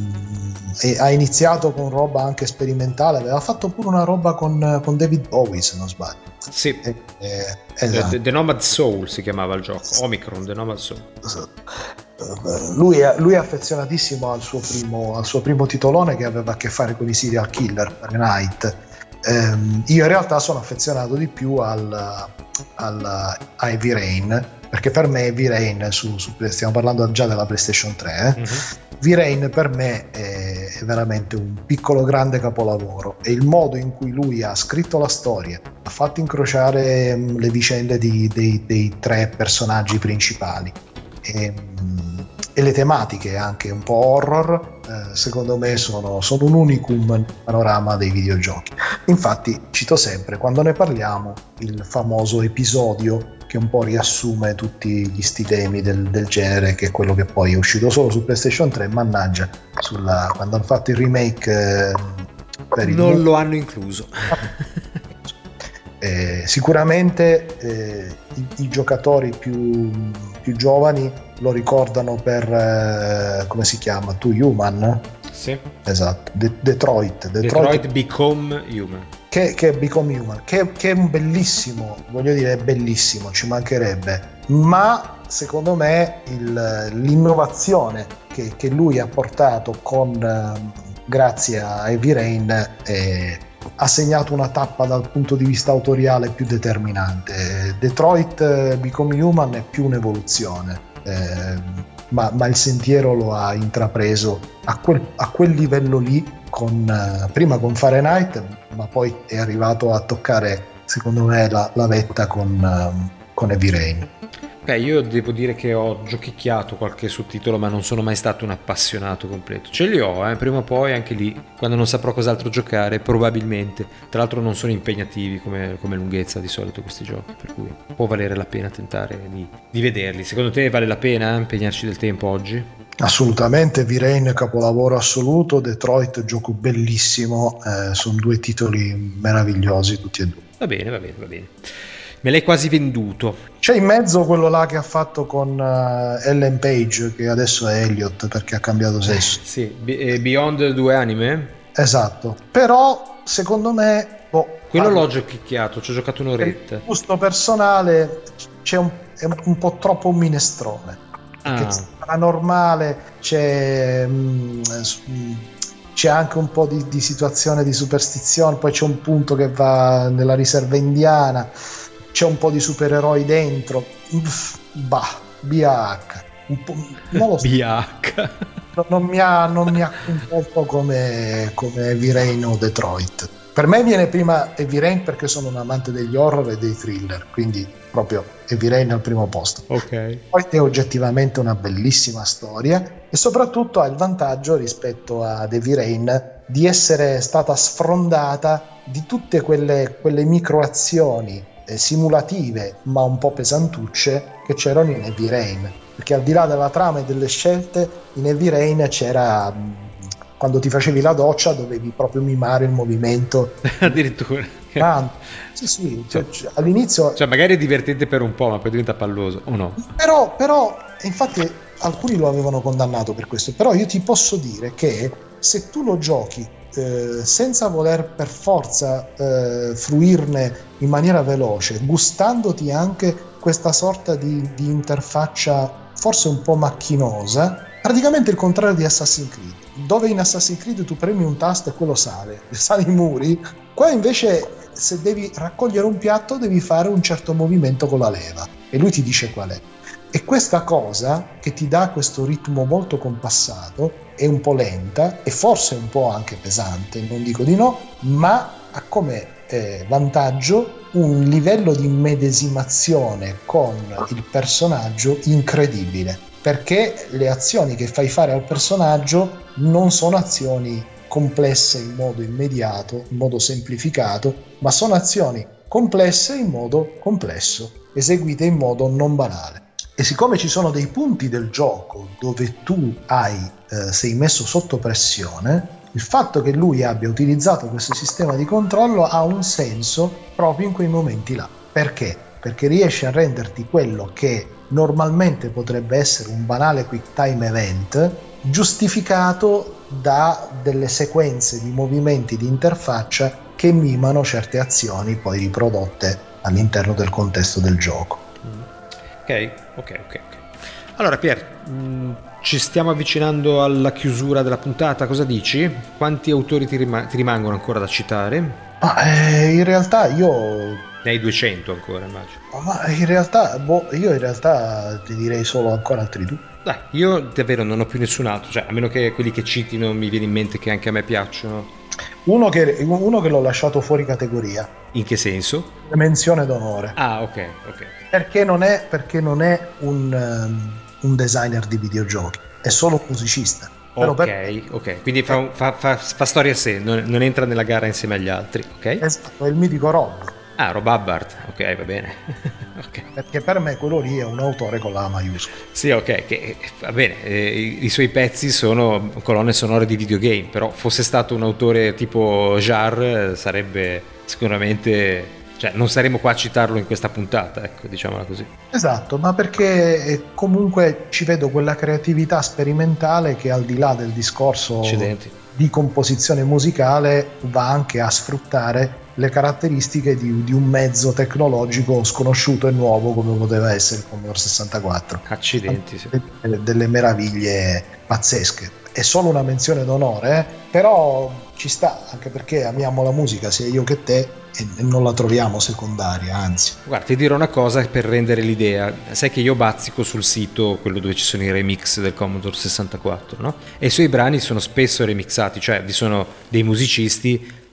E ha iniziato con roba anche sperimentale, aveva fatto pure una roba con, con David Bowie, se non sbaglio. Sì, eh, eh, esatto. The, The Nomad Soul si chiamava il gioco, Omicron, The Nomad Soul. Esatto. Lui è, lui è affezionatissimo al suo, primo, al suo primo titolone, che aveva a che fare con i serial killer, Fahrenheit. Um, io in realtà sono affezionato di più al, al a Heavy Rain, perché per me Heavy Rain su, su, stiamo parlando già della PlayStation tre, eh? Mm-hmm. Heavy Rain per me è, è veramente un piccolo grande capolavoro, e il modo in cui lui ha scritto la storia, ha fatto incrociare um, le vicende di, dei, dei tre personaggi principali e, um, e le tematiche anche un po' horror, eh, secondo me sono, sono un unicum nel panorama dei videogiochi. Infatti cito sempre, quando ne parliamo, il famoso episodio che un po' riassume tutti gli sti temi del, del genere, che è quello che poi è uscito solo su PlayStation tre, mannaggia, sulla, quando hanno fatto il remake eh, per il non lo hanno incluso. Eh, sicuramente eh, i, i giocatori più, più giovani lo ricordano per eh, come si chiama? To Human? Sì. Esatto, De- Detroit, Detroit Detroit Become Human, che, che è Become Human, che, che è un bellissimo, voglio dire, è bellissimo, ci mancherebbe, ma secondo me il, l'innovazione che, che lui ha portato con eh, grazie a Heavy Rain è, ha segnato una tappa dal punto di vista autoriale più determinante. Detroit Become Human è più un'evoluzione, eh, ma, ma il sentiero lo ha intrapreso a quel, a quel livello lì, con, eh, prima con Fahrenheit, ma poi è arrivato a toccare, secondo me, la, la vetta con, uh, con Heavy Rain. Ok, io devo dire che ho giochicchiato qualche sottotitolo, ma non sono mai stato un appassionato completo. Ce li ho, eh, prima o poi anche lì, quando non saprò cos'altro giocare, probabilmente. Tra l'altro non sono impegnativi come, come lunghezza di solito questi giochi, per cui può valere la pena tentare di, di vederli. Secondo te vale la pena impegnarci del tempo oggi? Assolutamente, V-Rain capolavoro assoluto, Detroit gioco bellissimo, eh, sono due titoli meravigliosi tutti e due. Va bene, va bene, va bene. Me l'hai quasi venduto. C'è in mezzo quello là che ha fatto con uh, Ellen Page, che adesso è Elliot perché ha cambiato sesso. Sì, Beyond due anime? Esatto, però secondo me... Boh, quello parlo, l'ho giochicchiato, ci ho giocato un'oretta. Per gusto personale c'è un, è un po' troppo un minestrone. Perché Ah. paranormale c'è... Mh, c'è anche un po' di, di situazione di superstizione, poi c'è un punto che va nella riserva indiana, c'è un po' di supereroi dentro. Bah, B H un po', non lo so. B H non mi ha non mi ha coinvolto come come Heavy Rain o Detroit. Per me viene prima Heavy Rain perché sono un amante degli horror e dei thriller, quindi proprio Heavy Rain al primo posto. Ok. Poi è oggettivamente una bellissima storia e soprattutto ha il vantaggio rispetto a Heavy Rain di essere stata sfrondata di tutte quelle, quelle microazioni eh, simulative ma un po' pesantucce che c'erano in Heavy Rain, perché al di là della trama e delle scelte in Heavy Rain c'era mh, quando ti facevi la doccia dovevi proprio mimare il movimento addirittura. ah, sì sì cioè, cioè, all'inizio cioè magari è divertente per un po' ma poi diventa palloso o no? Però, però infatti alcuni lo avevano condannato per questo, però io ti posso dire che se tu lo giochi eh, senza voler per forza eh, fruirne in maniera veloce, gustandoti anche questa sorta di, di interfaccia forse un po' macchinosa, praticamente il contrario di Assassin's Creed, dove in Assassin's Creed tu premi un tasto e quello sale, sale i muri, qua invece se devi raccogliere un piatto devi fare un certo movimento con la leva e lui ti dice qual è. E questa cosa che ti dà questo ritmo molto compassato è un po' lenta e forse un po' anche pesante, non dico di no, ma ha come eh, vantaggio un livello di medesimazione con il personaggio incredibile, perché le azioni che fai fare al personaggio non sono azioni complesse in modo immediato, in modo semplificato, ma sono azioni complesse in modo complesso, eseguite in modo non banale. E siccome ci sono dei punti del gioco dove tu hai, eh, sei messo sotto pressione, il fatto che lui abbia utilizzato questo sistema di controllo ha un senso proprio in quei momenti là. Perché? Perché riesce a renderti quello che normalmente potrebbe essere un banale quick time event giustificato da delle sequenze di movimenti di interfaccia che mimano certe azioni poi riprodotte all'interno del contesto del gioco. Ok, ok, ok. Allora Pier, mh, ci stiamo avvicinando alla chiusura della puntata, cosa dici? Quanti autori ti, rima- ti rimangono ancora da citare? Ma eh, in realtà io... Ne hai duecento ancora, immagino. Ma in realtà, boh, io in realtà ti direi solo ancora altri due. Dai, io davvero non ho più nessun altro, cioè a meno che quelli che citi non mi viene in mente che anche a me piacciono. Uno che, uno che l'ho lasciato fuori categoria. In che senso? Menzione d'onore. Ah, ok, ok. Perché non è, perché non è un, um, un designer di videogiochi, è solo un musicista. Ok, per... ok, quindi fa, fa, fa, fa storia a sé, non, non entra nella gara insieme agli altri, ok? Esatto, è il mitico Rob. Ah, Rob Hubbard, ok, va bene. Okay. Perché per me quello lì è un autore con la A maiuscola. Sì, ok, che, va bene, eh, i, i suoi pezzi sono colonne sonore di videogame, però fosse stato un autore tipo Jar sarebbe sicuramente... Cioè, non saremo qua a citarlo in questa puntata, ecco, diciamola così. Esatto, ma perché comunque ci vedo quella creatività sperimentale che al di là del discorso Accidenti. di composizione musicale va anche a sfruttare le caratteristiche di, di un mezzo tecnologico sconosciuto e nuovo come poteva essere il Commodore sessantaquattro. Accidenti, sì. Delle, delle meraviglie pazzesche. È solo una menzione d'onore, eh? Però ci sta, anche perché amiamo la musica sia io che te e non la troviamo secondaria, anzi. Guarda, ti dirò una cosa per rendere l'idea. Sai che io bazzico sul sito, quello dove ci sono i remix del Commodore sessantaquattro, no? E i suoi brani sono spesso remixati, cioè vi sono dei musicisti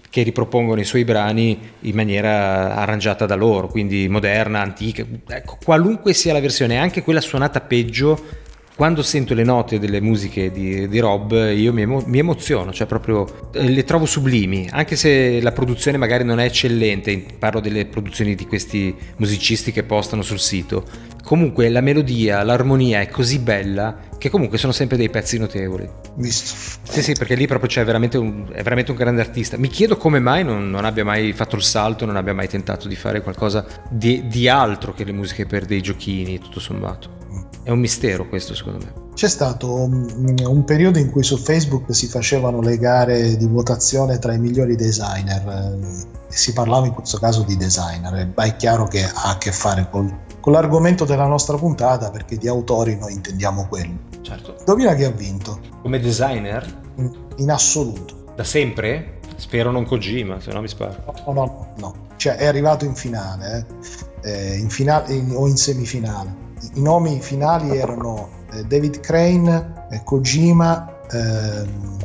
che ripropongono i suoi brani in maniera arrangiata da loro, quindi moderna, antica, ecco, qualunque sia la versione, anche quella suonata peggio. Quando sento le note delle musiche di, di Rob, io mi, emo, mi emoziono, cioè proprio eh, le trovo sublimi, anche se la produzione magari non è eccellente. Parlo delle produzioni di questi musicisti che postano sul sito. Comunque la melodia, l'armonia è così bella che comunque sono sempre dei pezzi notevoli. Visto. Sì, sì, perché lì proprio c'è veramente un, è veramente un grande artista. Mi chiedo come mai non, non abbia mai fatto il salto, non abbia mai tentato di fare qualcosa di, di altro che le musiche per dei giochini, tutto sommato. È un mistero questo, secondo me. C'è stato un, un periodo in cui su Facebook si facevano le gare di votazione tra i migliori designer, e si parlava in questo caso di designer, ma è chiaro che ha a che fare col, con l'argomento della nostra puntata, perché di autori noi intendiamo quello. Certo. Indovina chi ha vinto? Come designer? In, in assoluto. Da sempre? Spero non Kojima, se no mi sparo. No, no, no. Cioè è arrivato in finale, eh. Eh, in finale in, o in semifinale. I nomi finali erano eh, David Crane, eh, Kojima, ehm,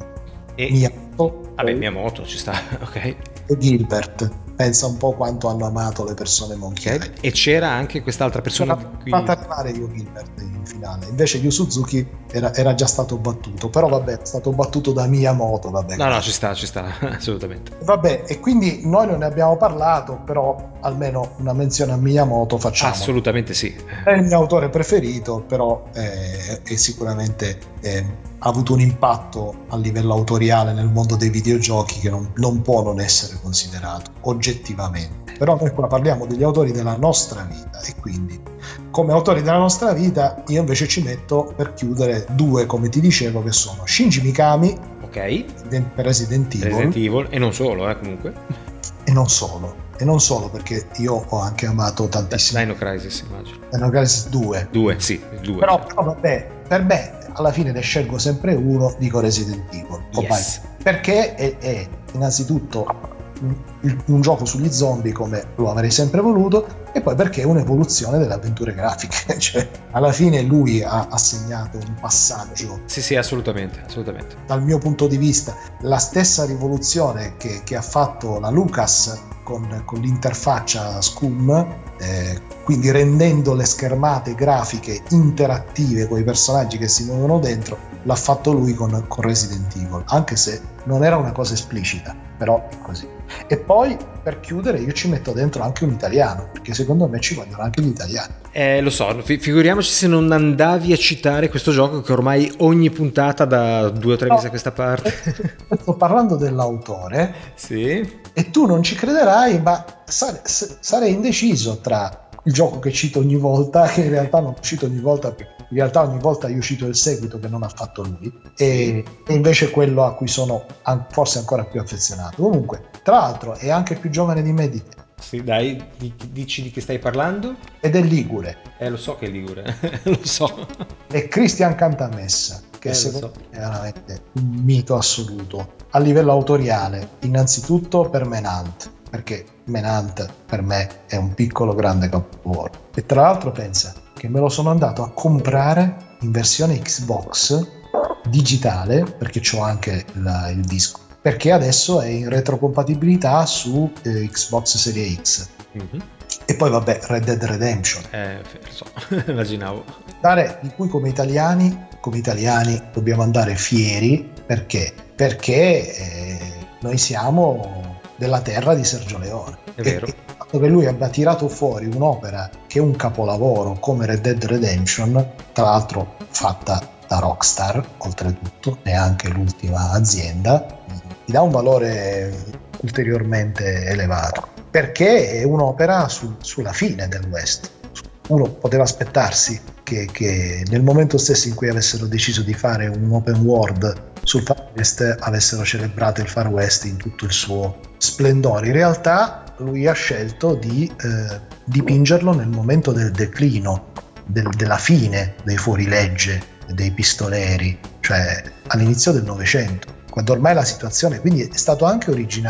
e Miyamoto. Vabbè, Miyamoto ci sta, ok. E Gilbert. Pensa un po' quanto hanno amato le persone Monkey Island. E c'era anche quest'altra persona C'era qui... fatta arrivare Yu Gilbert in finale, invece Yu Suzuki era, era già stato battuto, però vabbè, è stato battuto da Miyamoto, vabbè. No, no, ci sta, ci sta, assolutamente. Vabbè, e quindi noi non ne abbiamo parlato, però almeno una menzione a Miyamoto facciamo. Assolutamente sì. È il mio autore preferito, però è, è sicuramente è, ha avuto un impatto a livello autoriale nel mondo dei videogiochi che non, non può non essere considerato oggettivamente. Però noi qua parliamo degli autori della nostra vita, e quindi come autori della nostra vita io invece ci metto, per chiudere, due, come ti dicevo, che sono Shinji Mikami, ok, per Resident Evil, Resident Evil, e non solo, eh, comunque. E non solo, e non solo, perché io ho anche amato tantissimo Dino Crisis, immagino. Dino Crisis due. Due, sì, due. Però, però vabbè, per me alla fine ne scelgo sempre uno, dico Resident Evil. Yes. Perché è, è innanzitutto un, un gioco sugli zombie come lo avrei sempre voluto, e poi perché è un'evoluzione delle avventure grafiche. Cioè, alla fine lui ha, ha segnato un passaggio. Sì, sì, assolutamente, assolutamente. Dal mio punto di vista, la stessa rivoluzione che, che ha fatto la Lucas con, con l'interfaccia Scum, eh, quindi rendendo le schermate grafiche interattive con i personaggi che si muovono dentro, l'ha fatto lui con, con Resident Evil, anche se non era una cosa esplicita, però è così. E poi, per chiudere, io ci metto dentro anche un italiano, perché secondo me ci vogliono anche gli italiani. Eh, lo so, figuriamoci se non andavi a citare questo gioco che ormai ogni puntata da due o tre no, mesi a questa parte. Sto parlando dell'autore. Sì. E tu non ci crederai, ma sare, sarei indeciso tra il gioco che cito ogni volta, che in realtà non cito ogni volta, perché in realtà ogni volta io cito il seguito che non ha fatto lui, sì. e, e invece quello a cui sono an- forse ancora più affezionato. Comunque, tra l'altro, è anche più giovane di me di te. Sì, dai, dici di che stai parlando? Ed è ligure. Eh, lo so che è ligure, lo so. È Christian Cantamessa, che eh, secondo so. me è veramente un mito assoluto. A livello autoriale, innanzitutto per Menant, perché Menant per me è un piccolo grande capolavoro. E tra l'altro pensa che me lo sono andato a comprare in versione Xbox digitale, perché c'ho anche la, il disco, perché adesso è in retrocompatibilità su eh, Xbox Series X. Mm-hmm. E poi vabbè, Red Dead Redemption. Eh, lo so, immaginavo. Dare, di cui come italiani, come italiani dobbiamo andare fieri, perché? Perché eh, noi siamo della terra di Sergio Leone. È vero. E, e che lui abbia tirato fuori un'opera che è un capolavoro come Red Dead Redemption, tra l'altro fatta da Rockstar, oltretutto, neanche l'ultima azienda, gli dà un valore ulteriormente elevato, perché è un'opera su, sulla fine del West. Uno poteva aspettarsi che, che nel momento stesso in cui avessero deciso di fare un open world sul Far West avessero celebrato il Far West in tutto il suo splendore. In realtà lui ha scelto di eh, dipingerlo nel momento del declino, del, della fine dei fuorilegge, dei pistoleri, cioè all'inizio del Novecento, quando ormai la situazione, quindi è stato anche originale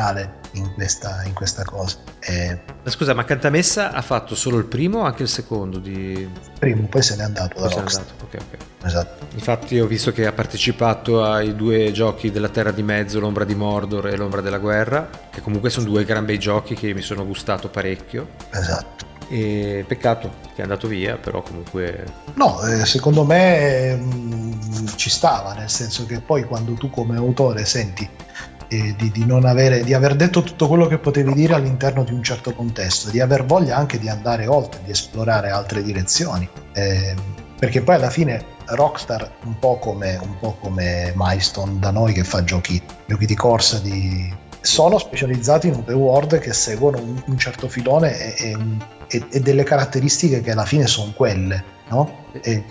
in questa, in questa cosa. E... Scusa, ma Cantamessa ha fatto solo il primo o anche il secondo? Di... Primo, poi se n'è andato da poi se n'è Rockstar. andato, ok, ok. Esatto. Infatti ho visto che ha partecipato ai due giochi della Terra di Mezzo, l'Ombra di Mordor e l'Ombra della Guerra, che comunque sono due gran bei giochi che mi sono gustato parecchio. Esatto. E peccato che è andato via, però comunque... No, eh, secondo me mh, ci stava, nel senso che poi quando tu come autore senti eh, di, di non avere, di aver detto tutto quello che potevi dire all'interno di un certo contesto, di aver voglia anche di andare oltre, di esplorare altre direzioni, eh, perché poi alla fine Rockstar, un po' come, un po' come Milestone da noi che fa giochi, giochi di corsa, di... sono specializzati in open world che seguono un, un certo filone e, e, e delle caratteristiche che alla fine sono quelle, no? E,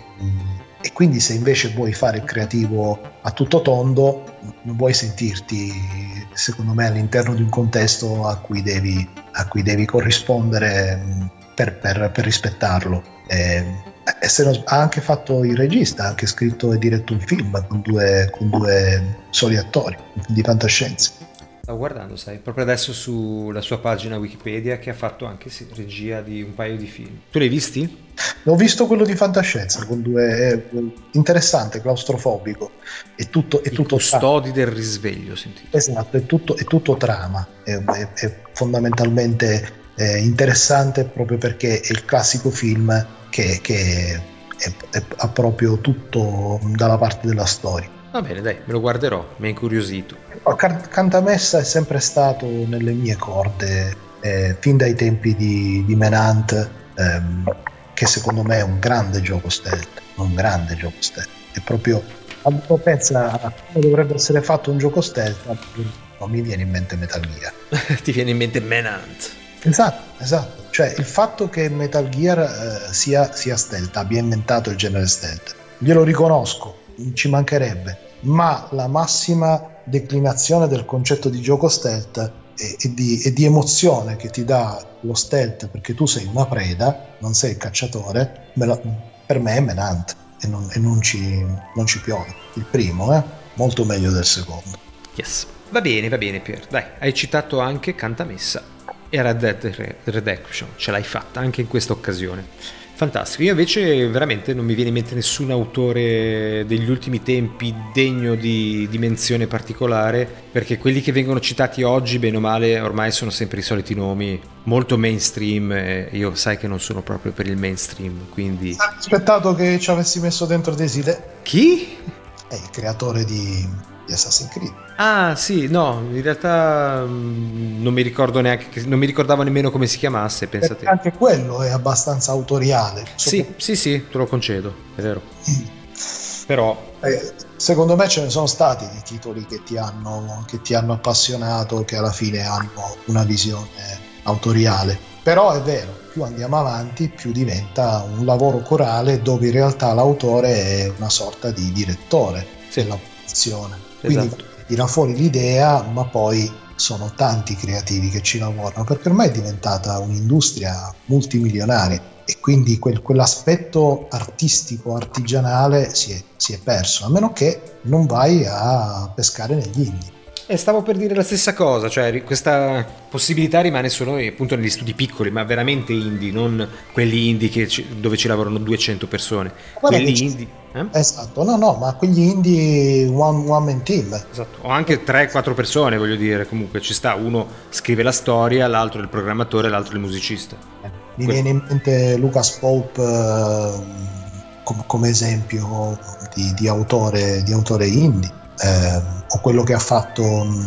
e quindi se invece vuoi fare il creativo a tutto tondo, non vuoi sentirti, secondo me, all'interno di un contesto a cui devi, a cui devi corrispondere per, per, per rispettarlo. E, e se non, ha anche fatto il regista, ha anche scritto e diretto un film con due, con due soli attori di fantascienza. Stavo guardando, sai, proprio adesso sulla sua pagina Wikipedia che ha fatto anche sì, regia di un paio di film. Tu li hai visti? Ho visto quello di fantascienza con due, è interessante, claustrofobico, è tutto, è I tutto custodi trama. Del risveglio, sentite. Esatto, è tutto, è tutto trama, è, è, è fondamentalmente eh, interessante proprio perché è il classico film che, che è, è, ha proprio tutto dalla parte della storia. Va bene, dai, me lo guarderò, mi ha incuriosito. Cantamessa è sempre stato nelle mie corde, eh, fin dai tempi di, di Menant, ehm, che secondo me è un grande gioco stealth, un grande gioco stealth. È proprio, quando pensa a come dovrebbe essere fatto un gioco stealth, non mi viene in mente Metal Gear. Ti viene in mente Menant. Esatto, esatto. Cioè il fatto che Metal Gear eh, sia, sia stealth, abbia inventato il genere stealth, glielo riconosco, ci mancherebbe, ma la massima declinazione del concetto di gioco stealth e, e, di, e di emozione che ti dà lo stealth, perché tu sei una preda, non sei il cacciatore, me lo, per me è Menant e non, e non ci, non ci piove. Il primo, eh? Molto meglio del secondo. Yes. Va bene, va bene Pier, dai, hai citato anche Cantamessa e Red Dead Redemption, ce l'hai fatta anche in questa occasione. Fantastico, io invece veramente non mi viene in mente nessun autore degli ultimi tempi degno di, di menzione particolare, perché quelli che vengono citati oggi, bene o male, ormai sono sempre i soliti nomi, molto mainstream, e io sai che non sono proprio per il mainstream, quindi... Ho aspettato che ci avessi messo dentro Deside. Chi? È il creatore di, di Assassin's Creed. Ah sì, no, in realtà mh, non mi ricordo neanche, non mi ricordavo nemmeno come si chiamasse, pensa te. Anche quello è abbastanza autoriale. Sì, sì, sì, te lo concedo, è vero. Mm. Però... Eh, secondo me ce ne sono stati di titoli che ti hanno, che ti hanno appassionato, che alla fine hanno una visione autoriale. Però è vero, più andiamo avanti, più diventa un lavoro corale dove in realtà l'autore è una sorta di direttore sì. della produzione. Quindi esatto. Tira fuori l'idea, ma poi sono tanti creativi che ci lavorano, perché ormai è diventata un'industria multimilionaria e quindi quel, quell'aspetto artistico, artigianale si è, si è perso, a meno che non vai a pescare negli indie. E stavo per dire la stessa cosa, cioè questa possibilità rimane solo appunto negli studi piccoli, ma veramente indie, non quelli indie che ci, dove ci lavorano duecento persone. Guarda quelli indie. Eh? Esatto, no, no, ma quegli indie one, one man team. Esatto, o anche tre quattro persone, voglio dire, comunque ci sta, uno scrive la storia, l'altro è il programmatore, l'altro è il musicista. Mi que- viene in mente Lucas Pope eh, com- come esempio di, di autore di autore indie. Eh, o quello che ha fatto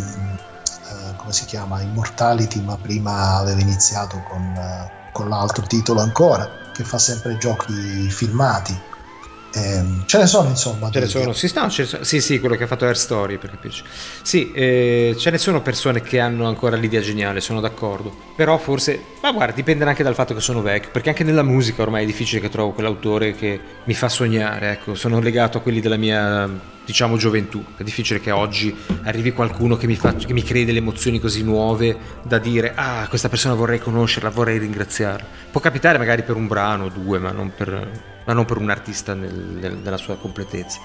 eh, come si chiama Immortality, ma prima aveva iniziato con, eh, con l'altro titolo ancora, che fa sempre giochi filmati. Eh, ce ne sono insomma ce ne sono, sì, no, ce ne sono, sì sì quello che ha fatto Air Story per capirci, sì, eh, ce ne sono persone che hanno ancora l'idea geniale, sono d'accordo, però forse, ma guarda, dipende anche dal fatto che sono vecchio, perché anche nella musica ormai è difficile che trovo quell'autore che mi fa sognare, ecco, sono legato a quelli della mia, diciamo, gioventù, è difficile che oggi arrivi qualcuno che mi, fa, che mi crei delle emozioni così nuove da dire, ah, questa persona vorrei conoscerla, vorrei ringraziarla. Può capitare magari per un brano o due, ma non per... ma non per un artista nel, nel, nella sua completezza.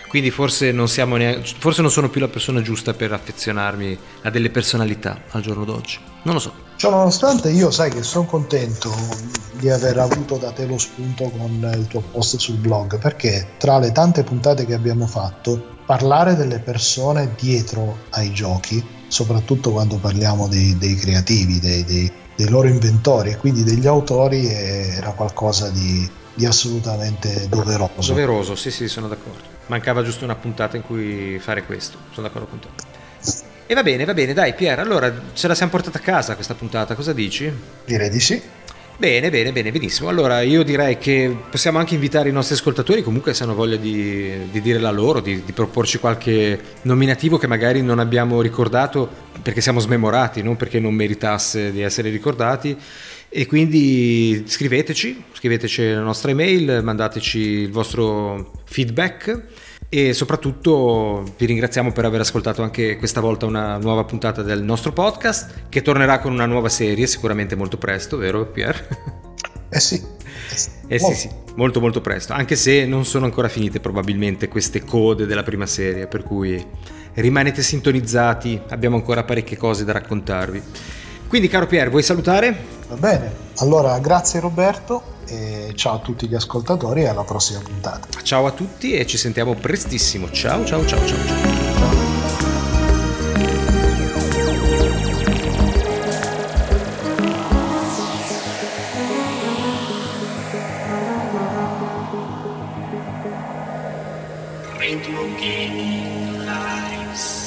quindi forse non siamo neanche, forse non sono più la persona giusta per affezionarmi a delle personalità al giorno d'oggi, non lo so. Ciò nonostante, io sai che sono contento di aver avuto da te lo spunto con il tuo post sul blog, perché tra le tante puntate che abbiamo fatto, parlare delle persone dietro ai giochi, soprattutto quando parliamo dei, dei creativi, dei, dei, dei loro inventori e quindi degli autori, era qualcosa di, di assolutamente doveroso. Doveroso, sì sì, sono d'accordo. Mancava giusto una puntata in cui fare questo, sono d'accordo con te. E va bene, va bene, dai Pier, allora ce la siamo portata a casa questa puntata, cosa dici? Direi di sì. Bene, bene, bene, benissimo. Allora io direi che possiamo anche invitare i nostri ascoltatori, comunque se hanno voglia di, di dire la loro, di, di proporci qualche nominativo che magari non abbiamo ricordato perché siamo smemorati, non perché non meritasse di essere ricordati. E quindi scriveteci, scriveteci la nostra email, mandateci il vostro feedback e soprattutto vi ringraziamo per aver ascoltato anche questa volta una nuova puntata del nostro podcast, che tornerà con una nuova serie sicuramente molto presto, vero Pier? Eh sì. Eh sì, sì, molto molto presto, anche se non sono ancora finite probabilmente queste code della prima serie, per cui rimanete sintonizzati, abbiamo ancora parecchie cose da raccontarvi. Quindi caro Pier, vuoi salutare? Va bene, allora grazie Roberto e ciao a tutti gli ascoltatori e alla prossima puntata. Ciao a tutti e ci sentiamo prestissimo, ciao ciao ciao ciao ciao. Retro Gaming Lives.